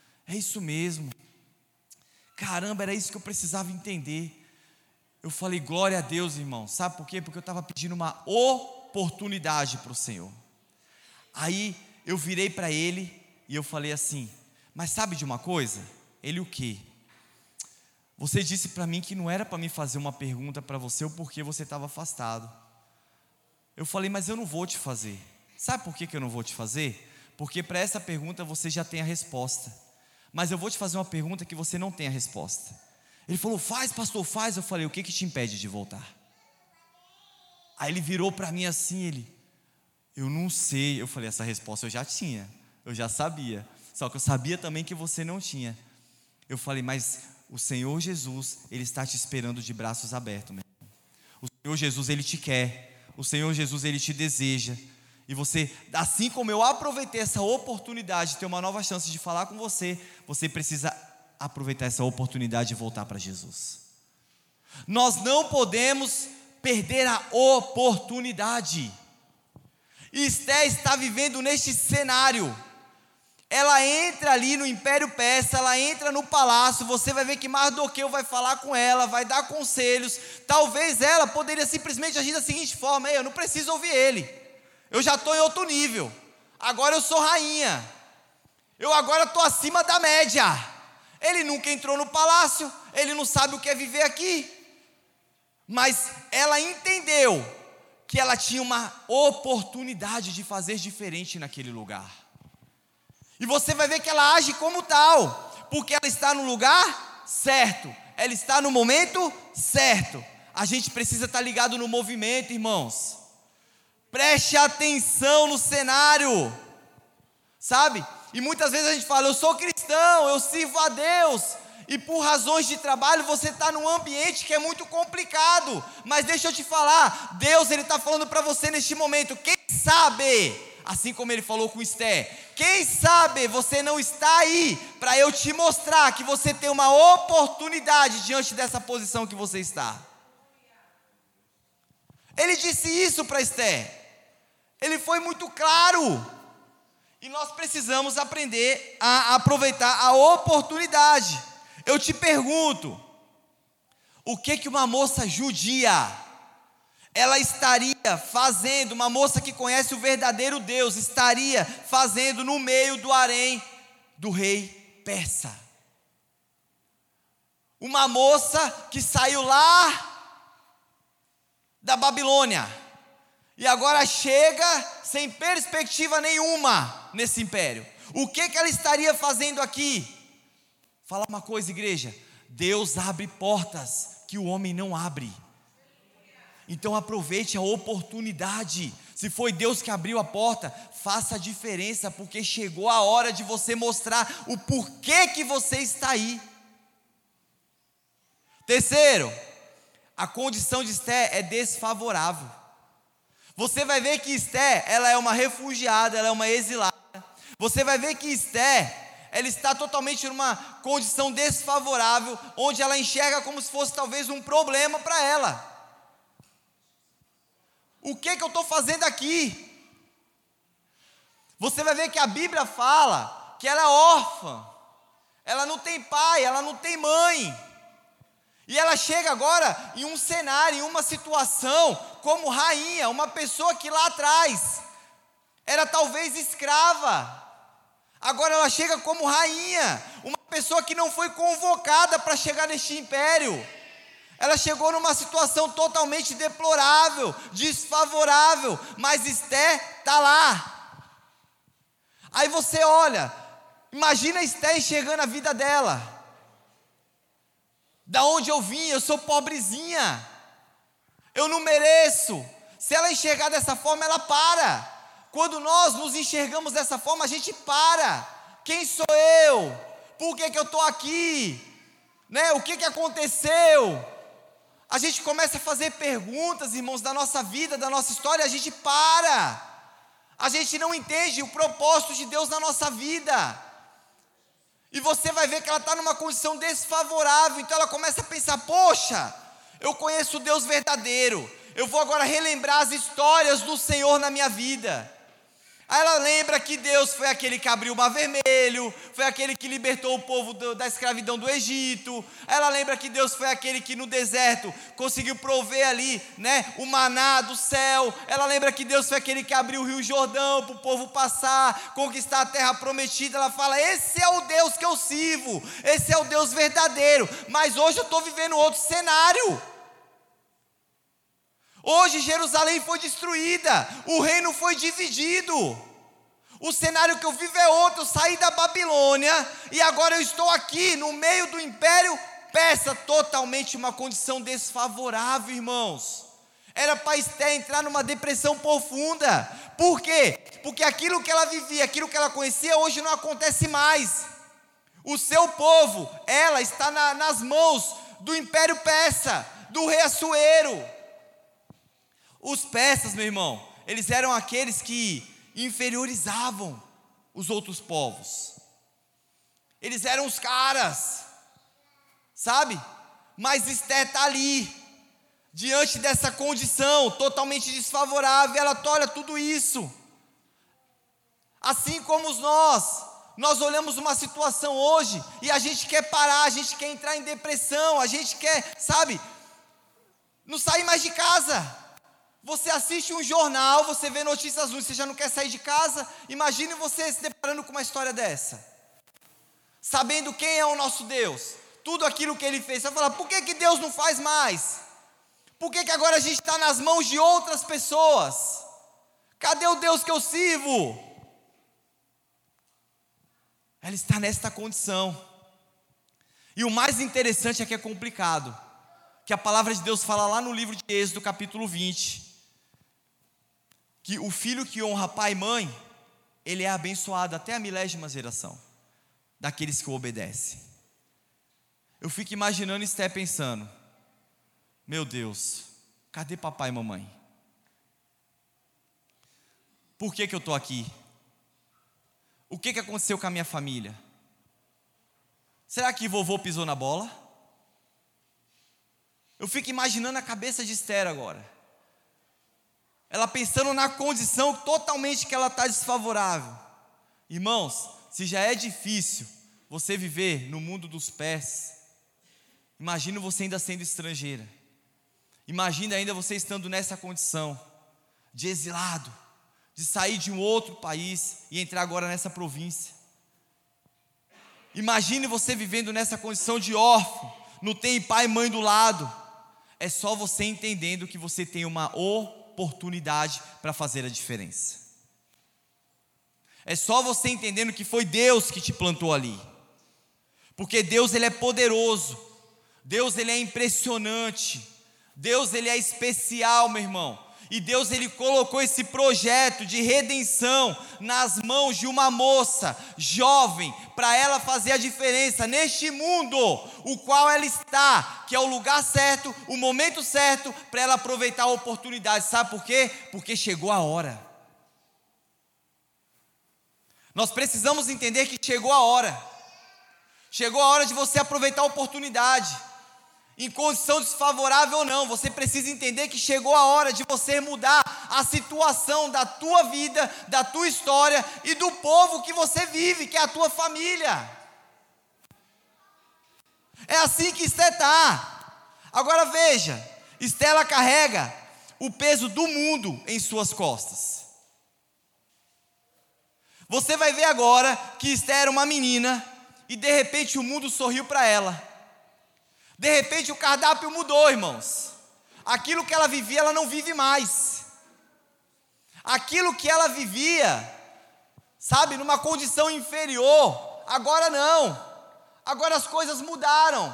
caramba, era isso que eu precisava entender. Eu falei, glória a Deus, irmão, sabe por quê? Porque eu estava pedindo uma oportunidade para o Senhor. Aí eu virei para ele e eu falei assim, mas sabe de uma coisa? Ele, o quê? Você disse para mim que não era para mim fazer uma pergunta para você o porquê você estava afastado. Eu falei, mas eu não vou te fazer. Sabe por que eu não vou te fazer? Porque para essa pergunta você já tem a resposta, mas eu vou te fazer uma pergunta que você não tem a resposta. Ele falou, faz pastor, faz. Eu falei, o que te impede de voltar? Aí ele virou para mim assim, eu não sei. Eu falei, essa resposta eu já tinha, eu já sabia, só que eu sabia também que você não tinha. Eu falei, mas o Senhor Jesus, Ele está te esperando de braços abertos, meu irmão. O Senhor Jesus, Ele te quer, o Senhor Jesus, Ele te deseja, e você, assim como eu aproveitei essa oportunidade de ter uma nova chance de falar com você, você precisa aproveitar essa oportunidade de voltar para Jesus. Nós não podemos perder a oportunidade. Esté está vivendo neste cenário. Ela entra ali no Império Persa, ela entra no palácio, você vai ver que Mardoqueu vai falar com ela, vai dar conselhos. Talvez ela poderia simplesmente agir da seguinte forma: eu não preciso ouvir ele, eu já estou em outro nível, agora eu sou rainha, eu agora estou acima da média. Ele nunca entrou no palácio, ele não sabe o que é viver aqui. Mas ela entendeu que ela tinha uma oportunidade de fazer diferente naquele lugar. E você vai ver que ela age como tal, porque ela está no lugar certo, ela está no momento certo. A gente precisa estar ligado no movimento, irmãos. Preste atenção no cenário, sabe? E muitas vezes a gente fala: eu sou cristão, eu sirvo a Deus, e por razões de trabalho você está num ambiente que é muito complicado. Mas deixa eu te falar, Deus ele está falando para você neste momento: quem sabe, assim como ele falou com Esther, quem sabe você não está aí para eu te mostrar que você tem uma oportunidade diante dessa posição que você está. Ele disse isso para Esther, ele foi muito claro. E nós precisamos aprender a aproveitar a oportunidade. Eu te pergunto, o que uma moça judia, ela estaria fazendo, uma moça que conhece o verdadeiro Deus, estaria fazendo no meio do harém do rei persa? Uma moça que saiu lá da Babilônia e agora chega sem perspectiva nenhuma nesse império. O que ela estaria fazendo aqui? Fala uma coisa, igreja: Deus abre portas que o homem não abre. Então aproveite a oportunidade. Se foi Deus que abriu a porta, faça a diferença, porque chegou a hora de você mostrar o porquê que você está aí. Terceiro, a condição de Esther é desfavorável. Você vai ver que Esther, ela é uma refugiada, ela é uma exilada. Você vai ver que Esther, ela está totalmente numa condição desfavorável, onde ela enxerga como se fosse talvez um problema para ela. O que eu estou fazendo aqui? Você vai ver que a Bíblia fala que ela é órfã, ela não tem pai, ela não tem mãe. E ela chega agora em um cenário, em uma situação como rainha, uma pessoa que lá atrás era talvez escrava. Agora ela chega como rainha, uma pessoa que não foi convocada para chegar neste império. Ela chegou numa situação totalmente deplorável, desfavorável, mas Esther está lá. Aí você olha, imagina Esther enxergando a vida dela. Da onde eu vim, eu sou pobrezinha, eu não mereço. Se ela enxergar dessa forma, ela para. Quando nós nos enxergamos dessa forma, a gente para. Quem sou eu? Por que eu estou aqui? Né? O que aconteceu? A gente começa a fazer perguntas, irmãos, da nossa vida, da nossa história, a gente para. A gente não entende o propósito de Deus na nossa vida. E você vai ver que ela está numa condição desfavorável, então ela começa a pensar: poxa, eu conheço o Deus verdadeiro, eu vou agora relembrar as histórias do Senhor na minha vida. Aí ela lembra que Deus foi aquele que abriu o Mar Vermelho, foi aquele que libertou o povo da escravidão do Egito. Ela lembra que Deus foi aquele que no deserto conseguiu prover ali, né, o maná do céu. Ela lembra que Deus foi aquele que abriu o Rio Jordão para o povo passar, conquistar a terra prometida. Ela fala: esse é o Deus que eu sirvo, esse é o Deus verdadeiro. Mas hoje eu estou vivendo outro cenário. Hoje Jerusalém foi destruída, o reino foi dividido. O cenário que eu vivo é outro. Eu saí da Babilônia e agora eu estou aqui no meio do Império Persa, totalmente uma condição desfavorável, irmãos. Era para Esther entrar numa depressão profunda. Por quê? Porque aquilo que ela vivia, aquilo que ela conhecia, hoje não acontece mais. O seu povo, ela está nas mãos do Império Persa, do rei Assuero. Os persas, meu irmão, eles eram aqueles que inferiorizavam os outros povos. Eles eram os caras, sabe? Mas Esther está ali, diante dessa condição totalmente desfavorável, ela olha tudo isso. Assim como nós olhamos uma situação hoje e a gente quer parar, a gente quer entrar em depressão, a gente quer, não sair mais de casa. Você assiste um jornal, você vê notícias ruins, você já não quer sair de casa. Imagine você se deparando com uma história dessa, sabendo quem é o nosso Deus, tudo aquilo que Ele fez. Você vai falar, por que Deus não faz mais? Por que agora a gente está nas mãos de outras pessoas? Cadê o Deus que eu sirvo? Ela está nesta condição. E o mais interessante é que é complicado, que a palavra de Deus fala lá no livro de Êxodo, capítulo 20, que o filho que honra pai e mãe, ele é abençoado até a 1000ª geração, daqueles que o obedecem. Eu fico imaginando Esther pensando, meu Deus, cadê papai e mamãe? Por que eu estou aqui? O que aconteceu com a minha família? Será que vovô pisou na bola? Eu fico imaginando a cabeça de Esther agora. Ela pensando na condição totalmente que ela está desfavorável. Irmãos, se já é difícil você viver no mundo dos pés, imagina você ainda sendo estrangeira. Imagina ainda você estando nessa condição de exilado, de sair de um outro país e entrar agora nessa província. Imagine você vivendo nessa condição de órfão, não tem pai e mãe do lado. É só você entendendo que você tem uma oportunidade para fazer a diferença. É só você entendendo que foi Deus que te plantou ali. Porque Deus, Ele é poderoso. Deus, Ele é impressionante. Deus, Ele é especial, meu irmão. E Deus, Ele colocou esse projeto de redenção nas mãos de uma moça jovem, para ela fazer a diferença neste mundo, o qual ela está, que é o lugar certo, o momento certo, para ela aproveitar a oportunidade. Sabe por quê? Porque chegou a hora. Nós precisamos entender que chegou a hora. Chegou a hora de você aproveitar a oportunidade. Em condição desfavorável ou não, você precisa entender que chegou a hora de você mudar a situação da tua vida, da tua história e do povo que você vive, que é a tua família. É assim que Esther está. Agora veja, Esther, ela carrega o peso do mundo em suas costas. Você vai ver agora que Esther era uma menina e de repente o mundo sorriu para ela. De repente o cardápio mudou, irmãos. Aquilo que ela vivia, ela não vive mais. Aquilo que ela vivia, numa condição inferior, agora não. Agora as coisas mudaram.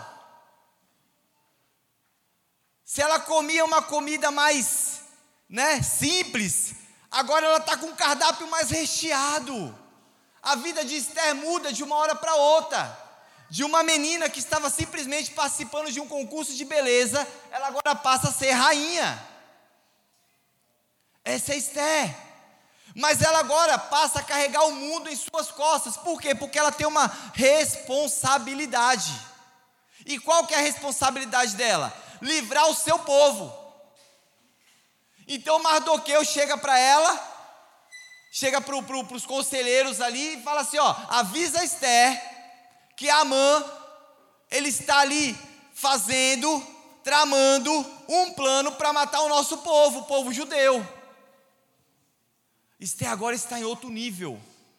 Se ela comia uma comida mais, simples, agora ela está com um cardápio mais recheado. A vida de Esther muda de uma hora para outra. De uma menina que estava simplesmente participando de um concurso de beleza, ela agora passa a ser rainha. Essa é Esther. Mas ela agora passa a carregar o mundo em suas costas. Por quê? Porque ela tem uma responsabilidade. E qual que é a responsabilidade dela? Livrar o seu povo. Então Mardoqueu chega para ela, chega para os conselheiros ali e fala assim, avisa Esther que Amã, ele está ali tramando um plano para matar o nosso povo, o povo judeu. Esther agora está em outro nível.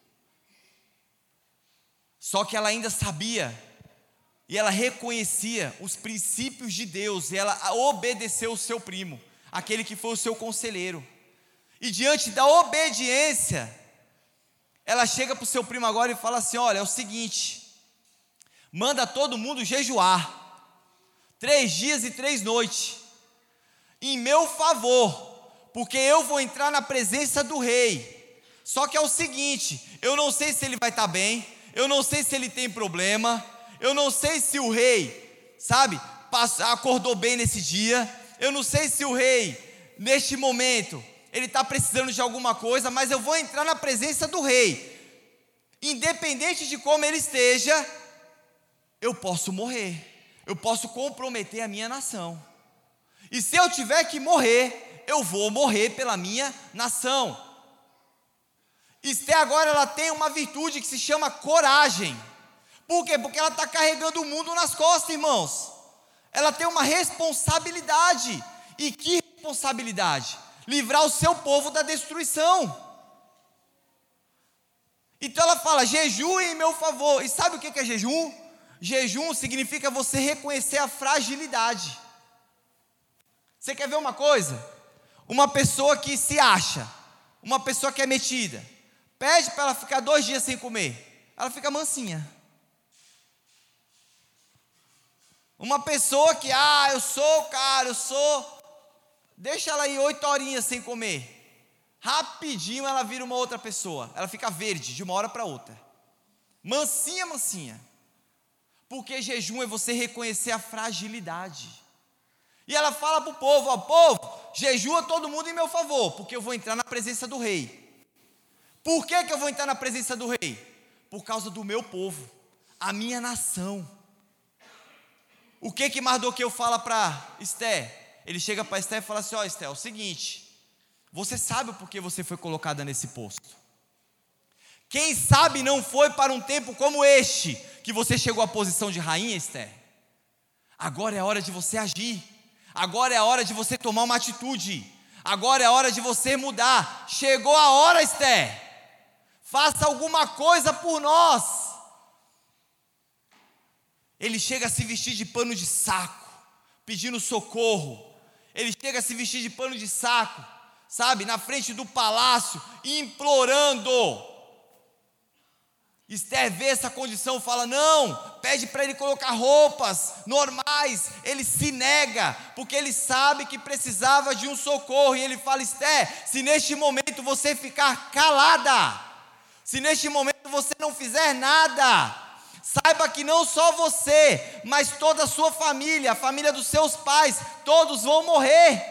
Só que ela ainda sabia, e ela reconhecia os princípios de Deus, e ela obedeceu o seu primo, aquele que foi o seu conselheiro. E diante da obediência, ela chega para o seu primo agora e fala assim, olha, é o seguinte, manda todo mundo jejuar 3 dias e 3 noites em meu favor, porque eu vou entrar na presença do rei. Só que é o seguinte, eu não sei se ele vai estar bem, eu não sei se ele tem problema, eu não sei se o rei, acordou bem nesse dia, eu não sei se o rei, neste momento, ele está precisando de alguma coisa, mas eu vou entrar na presença do rei, independente de como ele esteja. Eu posso morrer, eu posso comprometer a minha nação. E se eu tiver que morrer, eu vou morrer pela minha nação. Esther agora ela tem uma virtude que se chama coragem. Por quê? Porque ela está carregando o mundo nas costas, irmãos. Ela tem uma responsabilidade. E que responsabilidade? Livrar o seu povo da destruição. Então ela fala, jejum em meu favor. E sabe o que é jejum? Jejum significa você reconhecer a fragilidade. Você quer ver uma coisa? Uma pessoa que se acha, uma pessoa que é metida, pede para ela ficar 2 dias sem comer, ela fica mansinha. Uma pessoa que, eu sou, deixa ela ir 8 horinhas sem comer. Rapidinho ela vira uma outra pessoa. Ela fica verde de uma hora para outra. Mansinha. Porque jejum é você reconhecer a fragilidade. E ela fala para o povo, povo, jejua todo mundo em meu favor, porque eu vou entrar na presença do rei. Por que eu vou entrar na presença do rei? Por causa do meu povo, a minha nação. O que Mardoqueu fala para Esther? Ele chega para Esther e fala assim, Esther, é o seguinte, você sabe o porquê você foi colocada nesse posto. Quem sabe não foi para um tempo como este, que você chegou à posição de rainha, Esther. Agora é a hora de você agir. Agora é a hora de você tomar uma atitude. Agora é a hora de você mudar. Chegou a hora, Esther. Faça alguma coisa por nós. Ele chega a se vestir de pano de saco, pedindo socorro. Ele chega a se vestir de pano de saco, sabe, na frente do palácio, implorando. Esther vê essa condição, fala, não, pede para ele colocar roupas normais. Ele se nega, porque ele sabe que precisava de um socorro. E ele fala, Esther, se neste momento você ficar calada, se neste momento você não fizer nada, saiba que não só você, mas toda a sua família, a família dos seus pais, todos vão morrer.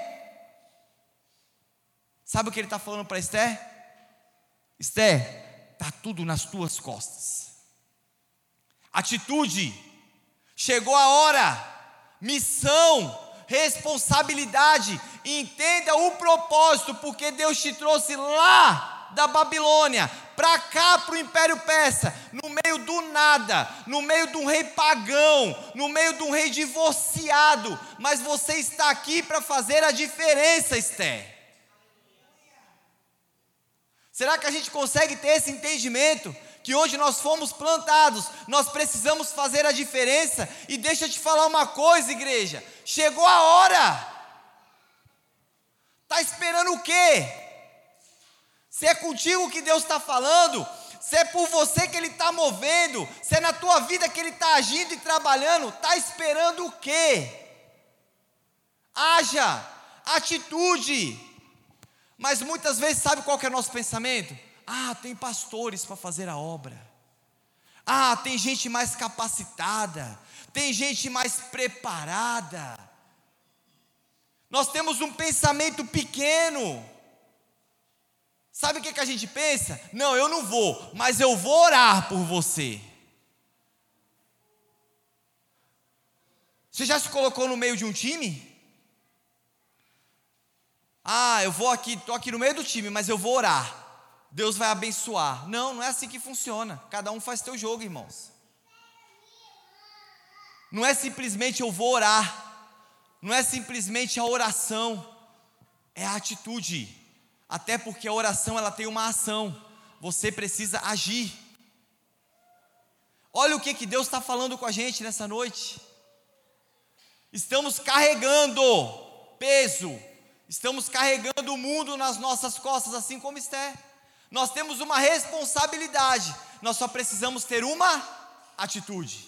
Sabe o que ele está falando para Esther? Esther, está tudo nas tuas costas. Atitude, chegou a hora, missão, responsabilidade, entenda o propósito, porque Deus te trouxe lá da Babilônia, para cá, para o Império Persa, no meio do nada, no meio de um rei pagão, no meio de um rei divorciado, mas você está aqui para fazer a diferença, Esther. Será que a gente consegue ter esse entendimento? Que onde nós fomos plantados, nós precisamos fazer a diferença? E deixa eu te falar uma coisa, igreja, chegou a hora. Está esperando o quê? Se é contigo que Deus está falando, se é por você que Ele está movendo, se é na tua vida que Ele está agindo e trabalhando, está esperando o quê? Haja, atitude. Mas muitas vezes, sabe qual que é o nosso pensamento? Tem pastores para fazer a obra. Tem gente mais capacitada. Tem gente mais preparada. Nós temos um pensamento pequeno. Sabe o que a gente pensa? Não, eu não vou, mas eu vou orar por você. Você já se colocou no meio de um time? Eu vou aqui, estou aqui no meio do time, mas eu vou orar. Deus vai abençoar. Não é assim que funciona. Cada um faz teu jogo, irmãos. Não é simplesmente eu vou orar. Não é simplesmente a oração. É a atitude. Até porque a oração ela tem uma ação. Você precisa agir. Olha o que Deus está falando com a gente nessa noite. Estamos carregando peso. Estamos carregando o mundo nas nossas costas, assim como Esther. Nós temos uma responsabilidade. Nós só precisamos ter uma atitude.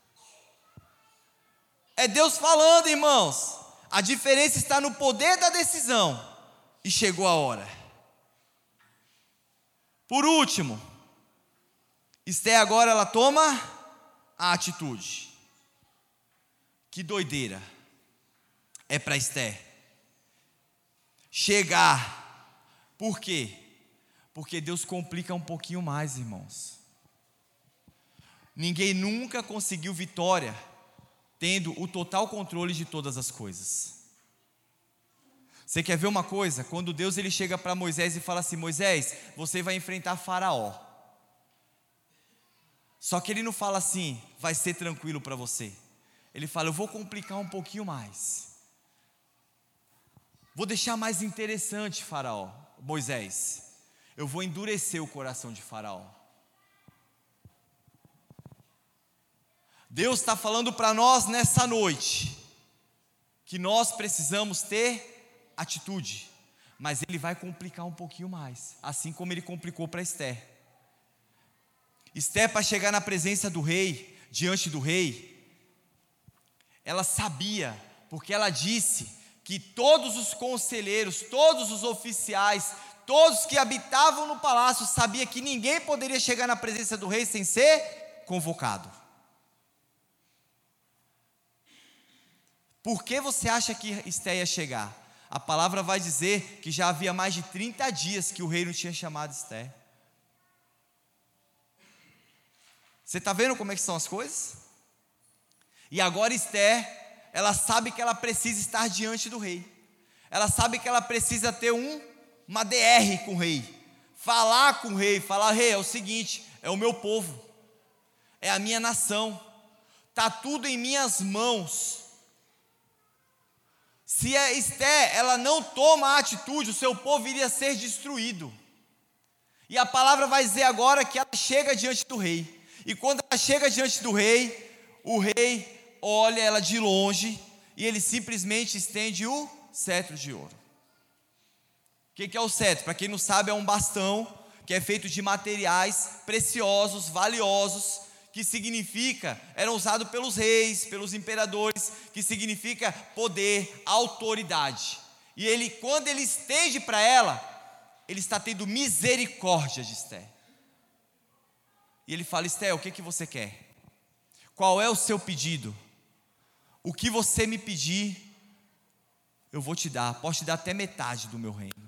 É Deus falando, irmãos. A diferença está no poder da decisão. E chegou a hora. Por último, Esther agora ela toma a atitude. Que doideira é para Esther chegar. Por quê? Porque Deus complica um pouquinho mais, irmãos. Ninguém nunca conseguiu vitória tendo o total controle de todas as coisas. Você quer ver uma coisa? Quando Deus ele chega para Moisés e fala assim: Moisés, você vai enfrentar Faraó. Só que ele não fala assim, vai ser tranquilo para você. Ele fala, eu vou complicar um pouquinho mais. Vou deixar mais interessante, Faraó, Moisés. Eu vou endurecer o coração de Faraó. Deus está falando para nós nessa noite que nós precisamos ter atitude, mas Ele vai complicar um pouquinho mais, assim como Ele complicou para Esther. Esther, para chegar na presença do rei, diante do rei, ela sabia, porque ela disse que todos os conselheiros, todos os oficiais, todos que habitavam no palácio sabiam que ninguém poderia chegar na presença do rei sem ser convocado. Por que você acha que Esther ia chegar? A palavra vai dizer que já havia mais de 30 dias que o rei não tinha chamado Esther. Você está vendo como é que são as coisas? E agora Esther, ela sabe que ela precisa estar diante do rei. Ela sabe que ela precisa ter uma DR com o rei. Falar com o rei, falar, rei, é o seguinte, é o meu povo, é a minha nação, está tudo em minhas mãos. Se a Esther, ela não toma a atitude, o seu povo iria ser destruído. E a palavra vai dizer agora que ela chega diante do rei. E quando ela chega diante do rei, o rei olha ela de longe e ele simplesmente estende o cetro de ouro. O que é o cetro? Para quem não sabe, é um bastão que é feito de materiais preciosos, valiosos, que significa, era usado pelos reis, pelos imperadores, que significa poder, autoridade. E ele, quando ele estende para ela, ele está tendo misericórdia de Esther. E ele fala, Esther, o que você quer? Qual é o seu pedido? O que você me pedir, eu vou te dar, posso te dar até metade do meu reino.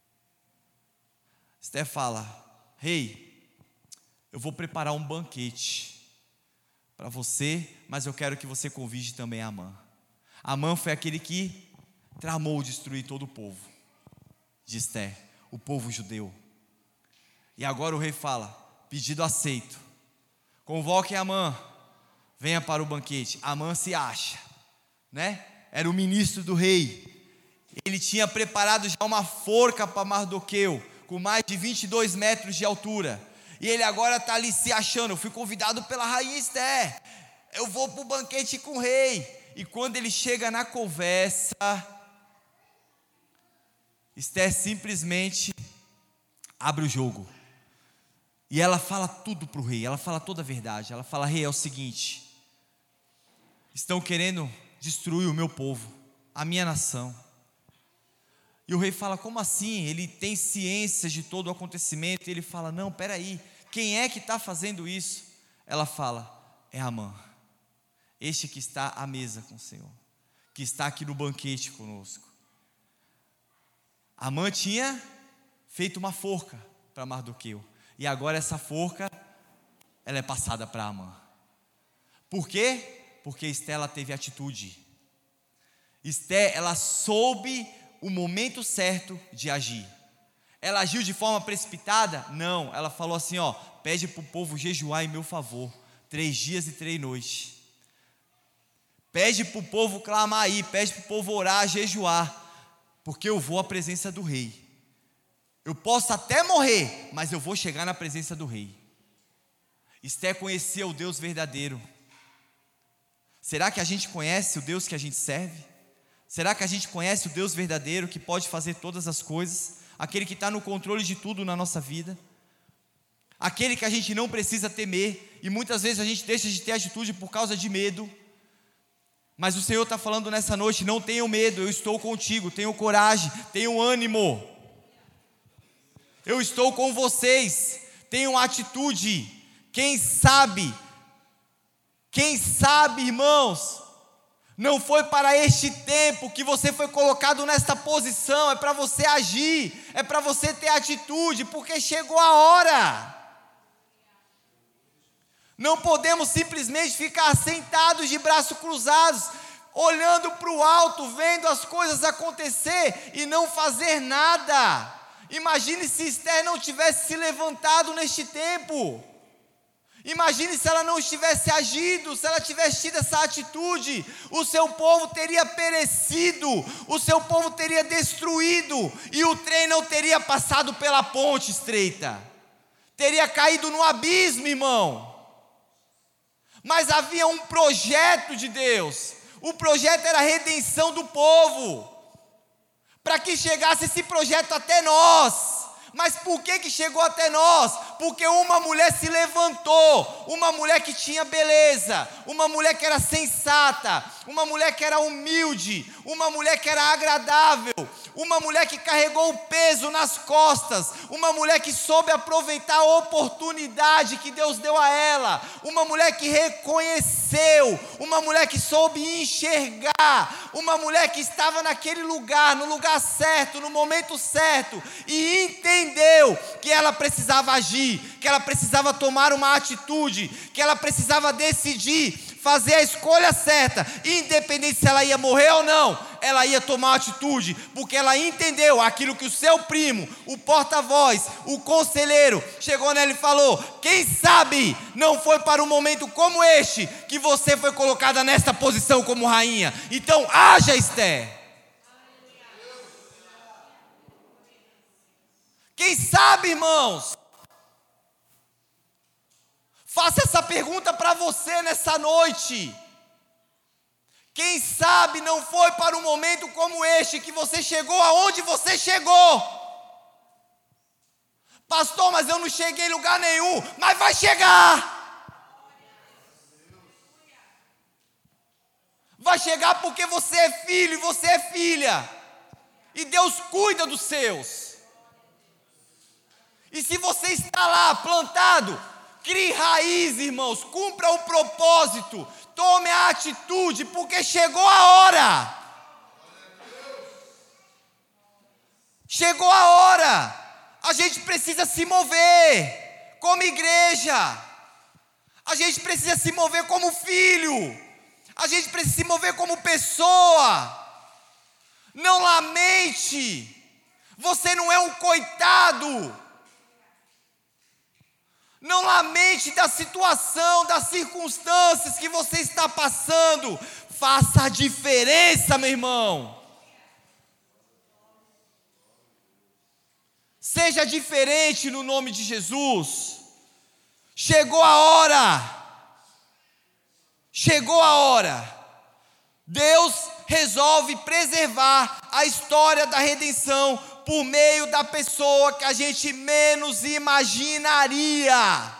Esther fala, rei, eu vou preparar um banquete para você, mas eu quero que você convide também Amã. Amã foi aquele que tramou destruir todo o povo de Esther, o povo judeu. E agora o rei fala, pedido aceito, convoquem Amã, venha para o banquete. Amã se acha, né? Era o ministro do rei, ele tinha preparado já uma forca para Mardoqueu, com mais de 22 metros de altura, e ele agora está ali se achando, eu fui convidado pela rainha Esther, eu vou para o banquete com o rei. E quando ele chega na conversa, Esther simplesmente abre o jogo, e ela fala tudo para o rei, ela fala toda a verdade. Ela fala, rei, é o seguinte, estão querendo destruir o meu povo, a minha nação. E o rei fala, como assim? Ele tem ciência de todo o acontecimento. E ele fala, não, peraí, quem é que está fazendo isso? Ela fala, é Amã, este que está à mesa com o Senhor, que está aqui no banquete conosco. Amã tinha feito uma forca para Mardoqueu, e agora essa forca, ela é passada para Amã. Por quê? Porque Esther, ela teve atitude. Esther, ela soube o momento certo de agir. Ela agiu de forma precipitada? Não, ela falou assim, ó, pede para o povo jejuar em meu favor, 3 dias e 3 noites. Pede para o povo clamar aí, pede para o povo orar, jejuar, porque eu vou à presença do rei. Eu posso até morrer, mas eu vou chegar na presença do rei. Esther conhecia o Deus verdadeiro. Será que a gente conhece o Deus que a gente serve? Será que a gente conhece o Deus verdadeiro que pode fazer todas as coisas? Aquele que está no controle de tudo na nossa vida? Aquele que a gente não precisa temer, e muitas vezes a gente deixa de ter atitude por causa de medo. Mas o Senhor está falando nessa noite, não tenham medo, eu estou contigo, tenham coragem, tenham ânimo. Eu estou com vocês, tenham atitude. Quem sabe, irmãos, não foi para este tempo que você foi colocado nesta posição, é para você agir, é para você ter atitude, porque chegou a hora. Não podemos simplesmente ficar sentados de braços cruzados, olhando para o alto, vendo as coisas acontecer e não fazer nada. Imagine se Esther não tivesse se levantado neste tempo. Imagine se ela não tivesse agido, se ela tivesse tido essa atitude, o seu povo teria perecido, o seu povo teria destruído, e o trem não teria passado pela ponte estreita, teria caído no abismo, irmão. Mas havia um projeto de Deus, o projeto era a redenção do povo, para que chegasse esse projeto até nós. Mas por que chegou até nós? Porque uma mulher se levantou, uma mulher que tinha beleza, uma mulher que era sensata, uma mulher que era humilde, uma mulher que era agradável, uma mulher que carregou o peso nas costas, uma mulher que soube aproveitar a oportunidade que Deus deu a ela, uma mulher que reconheceu, uma mulher que soube enxergar, uma mulher que estava naquele lugar, no lugar certo, no momento certo, e entendeu que ela precisava agir, que ela precisava tomar uma atitude, que ela precisava decidir, fazer a escolha certa, independente se ela ia morrer ou não, ela ia tomar uma atitude, porque ela entendeu aquilo que o seu primo, o porta-voz, o conselheiro, chegou nela e falou: quem sabe não foi para um momento como este, que você foi colocada nesta posição como rainha, então haja, Esther. Quem sabe, irmãos? Faça essa pergunta para você nessa noite. Quem sabe não foi para um momento como este que você chegou aonde você chegou. Pastor, mas eu não cheguei em lugar nenhum. Mas vai chegar. Vai chegar porque você é filho e você é filha. E Deus cuida dos seus. E se você está lá plantado, crie raiz, irmãos, cumpra o propósito, tome a atitude, porque chegou a hora. Chegou a hora. A gente precisa se mover como igreja. A gente precisa se mover como filho. A gente precisa se mover como pessoa. Não lamente. Você não é um coitado. Não lamente da situação, das circunstâncias que você está passando. Faça a diferença, meu irmão. Seja diferente no nome de Jesus. Chegou a hora. Chegou a hora. Deus resolve preservar a história da redenção por meio da pessoa que a gente menos imaginaria.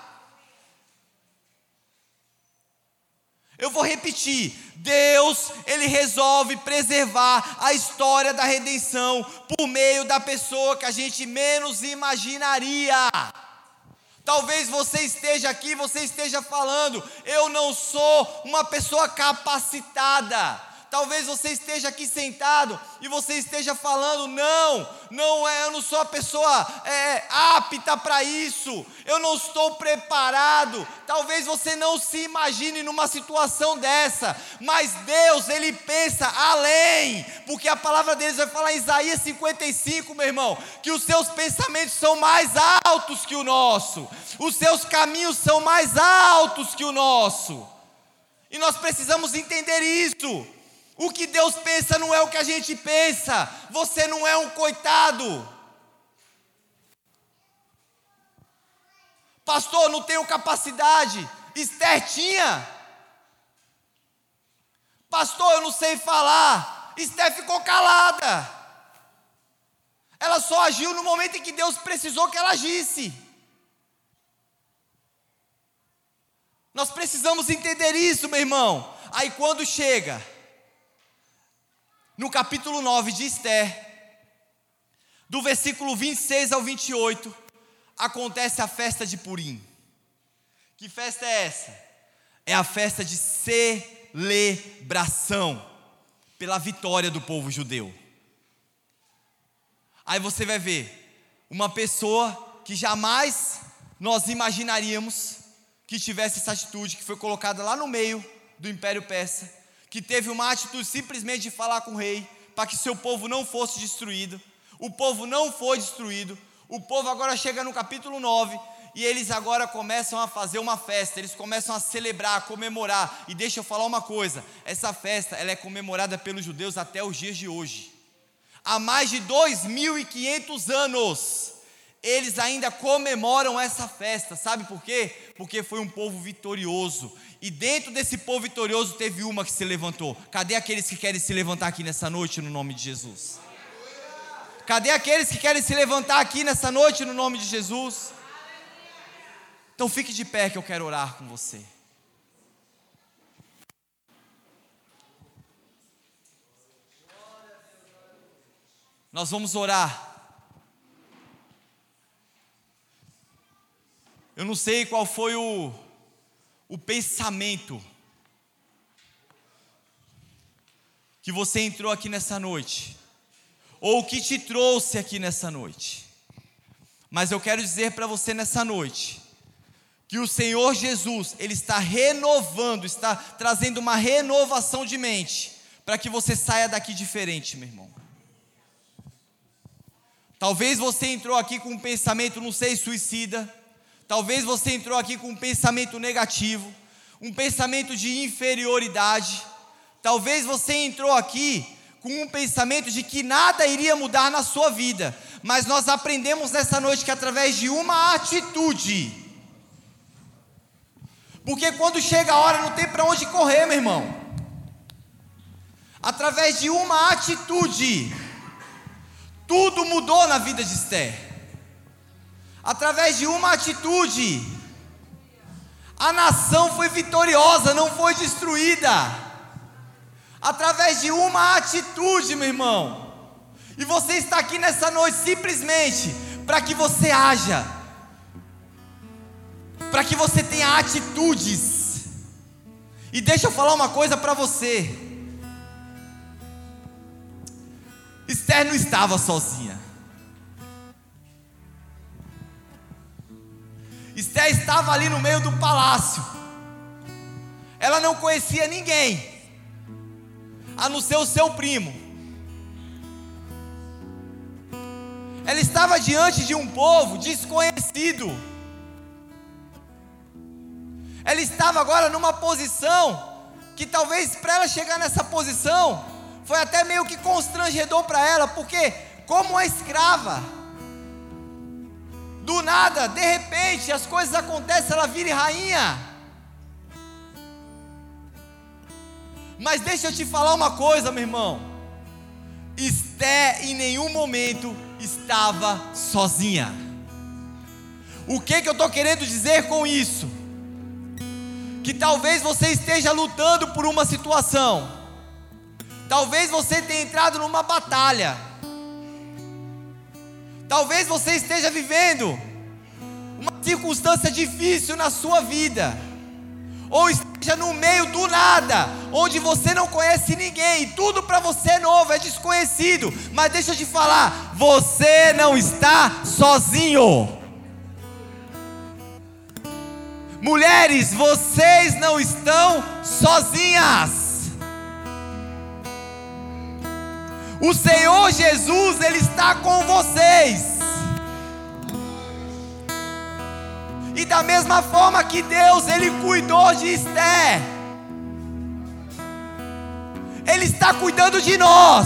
Eu vou repetir. Deus, Ele resolve preservar a história da redenção por meio da pessoa que a gente menos imaginaria. Talvez você esteja aqui, você esteja falando: eu não sou uma pessoa capacitada. Talvez você esteja aqui sentado e você esteja falando: eu não sou a pessoa apta para isso, eu não estou preparado. Talvez você não se imagine numa situação dessa, mas Deus, Ele pensa além, porque a palavra deles vai falar em Isaías 55, meu irmão, que os seus pensamentos são mais altos que o nosso, os seus caminhos são mais altos que o nosso, e nós precisamos entender isso. O que Deus pensa não é o que a gente pensa. Você não é um coitado. Pastor, não tenho capacidade. Esther tinha. Pastor, eu não sei falar. Esther ficou calada. Ela só agiu no momento em que Deus precisou que ela agisse. Nós precisamos entender isso, meu irmão. Aí quando chega no capítulo 9 de Esther, do versículo 26 ao 28, acontece a festa de Purim. Que festa é essa? É a festa de celebração pela vitória do povo judeu. Aí você vai ver uma pessoa que jamais nós imaginaríamos que tivesse essa atitude, que foi colocada lá no meio do Império Persa, que teve uma atitude simplesmente de falar com o rei, para que seu povo não fosse destruído. O povo não foi destruído. O povo agora chega no capítulo 9, e eles agora começam a fazer uma festa, eles começam a celebrar, a comemorar. E deixa eu falar uma coisa, essa festa ela é comemorada pelos judeus até os dias de hoje. Há mais de 2.500 anos, eles ainda comemoram essa festa. Sabe por quê? Porque foi um povo vitorioso. E dentro desse povo vitorioso teve uma que se levantou. Cadê aqueles que querem se levantar aqui nessa noite no nome de Jesus? Cadê aqueles que querem se levantar aqui nessa noite no nome de Jesus? Então fique de pé que eu quero orar com você. Nós vamos orar. Eu não sei qual foi o pensamento que você entrou aqui nessa noite, ou o que te trouxe aqui nessa noite, mas eu quero dizer para você nessa noite, que o Senhor Jesus, Ele está renovando, está trazendo uma renovação de mente, para que você saia daqui diferente, meu irmão. Talvez você entrou aqui com um pensamento, não sei, suicida. Talvez você entrou aqui com um pensamento negativo, um pensamento de inferioridade. Talvez você entrou aqui com um pensamento de que nada iria mudar na sua vida. Mas nós aprendemos nessa noite que através de uma atitude, porque quando chega a hora não tem para onde correr, meu irmão. Através de uma atitude, tudo mudou na vida de Esther. Através de uma atitude, a nação foi vitoriosa, não foi destruída. Através de uma atitude, meu irmão. E você está aqui nessa noite simplesmente para que você haja, para que você tenha atitudes. E deixa eu falar uma coisa para você. Esther não estava sozinha. Esther estava ali no meio do palácio. Ela não conhecia ninguém, a não ser o seu primo. Ela estava diante de um povo desconhecido. Ela estava agora numa posição que talvez para ela chegar nessa posição foi até meio que constrangedor para ela, porque como uma escrava, do nada, de repente, as coisas acontecem, ela vira rainha. Mas deixa eu te falar uma coisa, meu irmão. Esther em nenhum momento estava sozinha. O que eu estou querendo dizer com isso? Que talvez você esteja lutando por uma situação. Talvez você tenha entrado numa batalha. Talvez você esteja vivendo uma circunstância difícil na sua vida, ou esteja no meio do nada, onde você não conhece ninguém, e tudo para você é novo, é desconhecido. Mas deixa eu te falar, você não está sozinho. Mulheres, vocês não estão sozinhas. O Senhor Jesus, Ele está com vocês. E da mesma forma que Deus, Ele cuidou de Esther, Ele está cuidando de nós.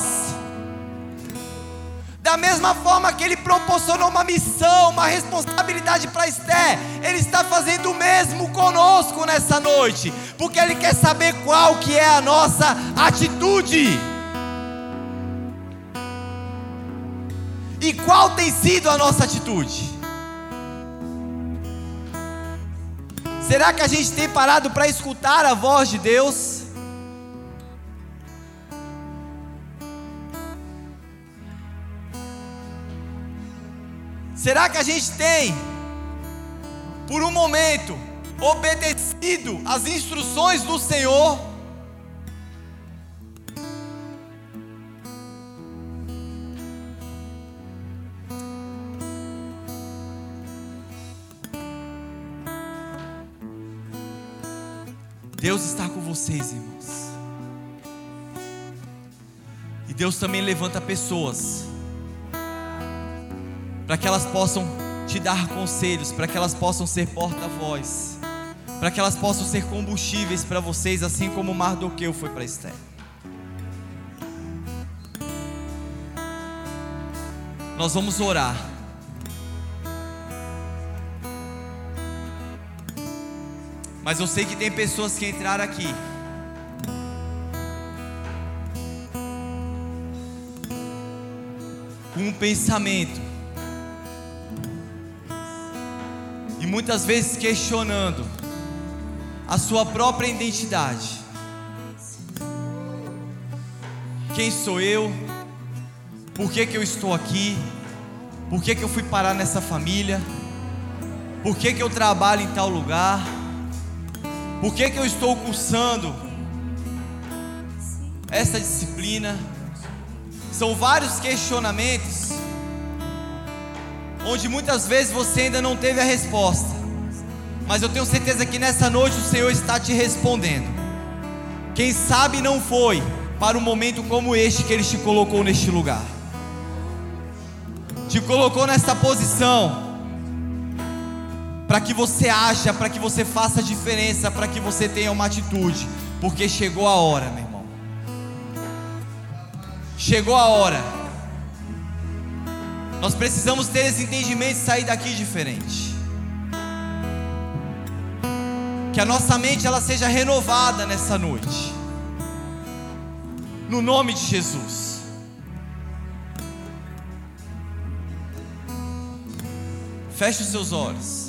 Da mesma forma que Ele proporcionou uma missão, uma responsabilidade para Esther, Ele está fazendo o mesmo conosco nessa noite, porque Ele quer saber qual que é a nossa atitude. E qual tem sido a nossa atitude? Será que a gente tem parado para escutar a voz de Deus? Será que a gente tem, por um momento, obedecido às instruções do Senhor? Deus está com vocês, irmãos. Deus também levanta pessoas para que elas possam te dar conselhos, para que elas possam ser porta-voz, para que elas possam ser combustíveis para vocês, assim como Mardoqueu foi para Esther. Nós vamos orar. Mas eu sei que tem pessoas que entraram aqui com um pensamento e muitas vezes questionando a sua própria identidade. Quem sou eu? Por que eu estou aqui? Por que eu fui parar nessa família? Por que eu trabalho em tal lugar? Por que eu estou cursando essa disciplina? São vários questionamentos onde muitas vezes você ainda não teve a resposta, mas eu tenho certeza que nessa noite o Senhor está te respondendo. Quem sabe não foi para um momento como este que Ele te colocou neste lugar, te colocou nessa posição para que você haja, para que você faça a diferença, para que você tenha uma atitude, porque chegou a hora, meu irmão. Chegou a hora. Nós precisamos ter esse entendimento e sair daqui diferente. Que a nossa mente ela seja renovada nessa noite, no nome de Jesus. Feche os seus olhos.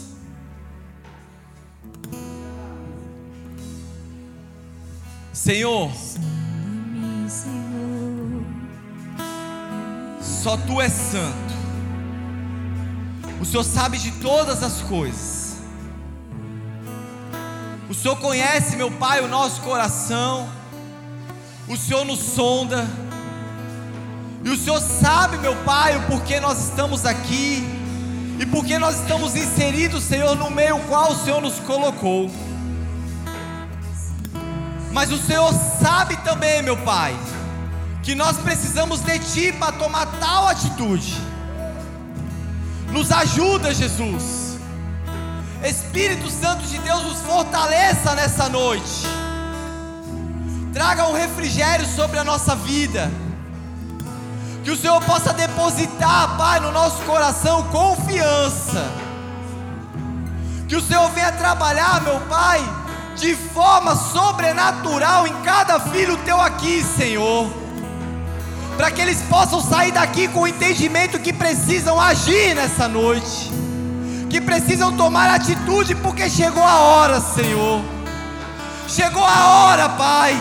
Senhor, só Tu és santo. O Senhor sabe de todas as coisas. O Senhor conhece, meu Pai, o nosso coração. O Senhor nos sonda. E o Senhor sabe, meu Pai, o porquê nós estamos aqui e porquê nós estamos inseridos, Senhor, no meio qual o Senhor nos colocou. Mas o Senhor sabe também, meu Pai, que nós precisamos de Ti para tomar tal atitude. Nos ajuda, Jesus. Espírito Santo de Deus, nos fortaleça nessa noite. Traga um refrigério sobre a nossa vida. Que o Senhor possa depositar, Pai, no nosso coração confiança. Que o Senhor venha trabalhar, meu Pai, de forma sobrenatural em cada filho Teu aqui, Senhor, para que eles possam sair daqui com o entendimento que precisam agir nessa noite, que precisam tomar atitude, porque chegou a hora, Senhor. Chegou a hora, Pai.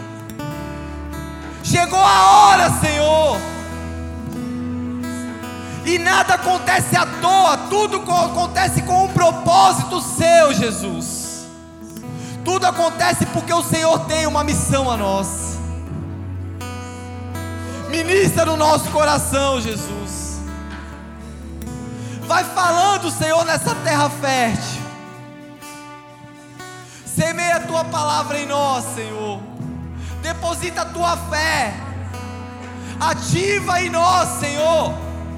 Chegou a hora, Senhor. E nada acontece à toa, tudo acontece com um propósito Seu, Jesus. Tudo acontece porque o Senhor tem uma missão a nós. Ministra no nosso coração, Jesus. Vai falando, Senhor, nessa terra fértil. Semeia a Tua palavra em nós, Senhor. Deposita a Tua fé. Ativa em nós, Senhor,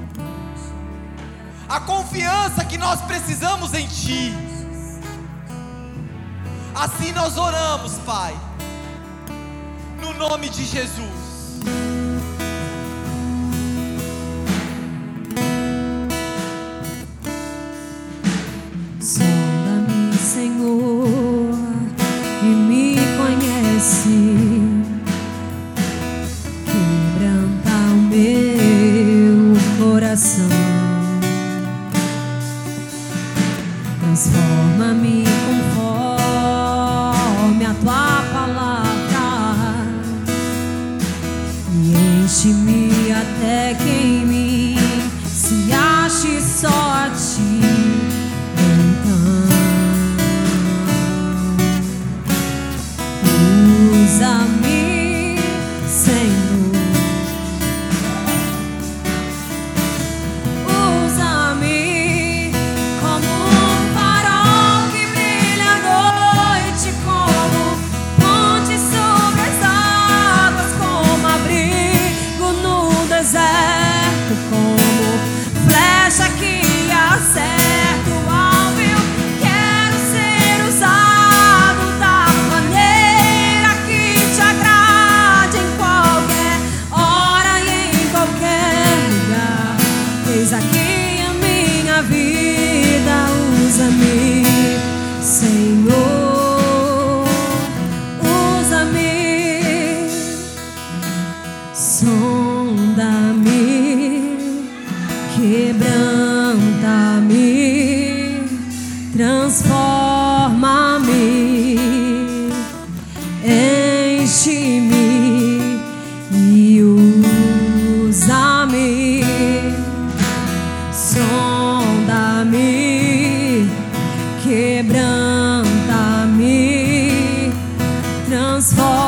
a confiança que nós precisamos em Ti. Assim nós oramos, Pai, no nome de Jesus. Sonda-me, Senhor, e me conhece. Quebranta o meu coração. Transforma-me conforme a Tua palavra e enche-me até que em mim se ache só a Ti. Usa-me, Senhor. Usa-me como um farol que brilha à noite, como ponte sobre as águas, como abrigo Preenche-me e usa-me, sonda-me, quebranta-me, transforma.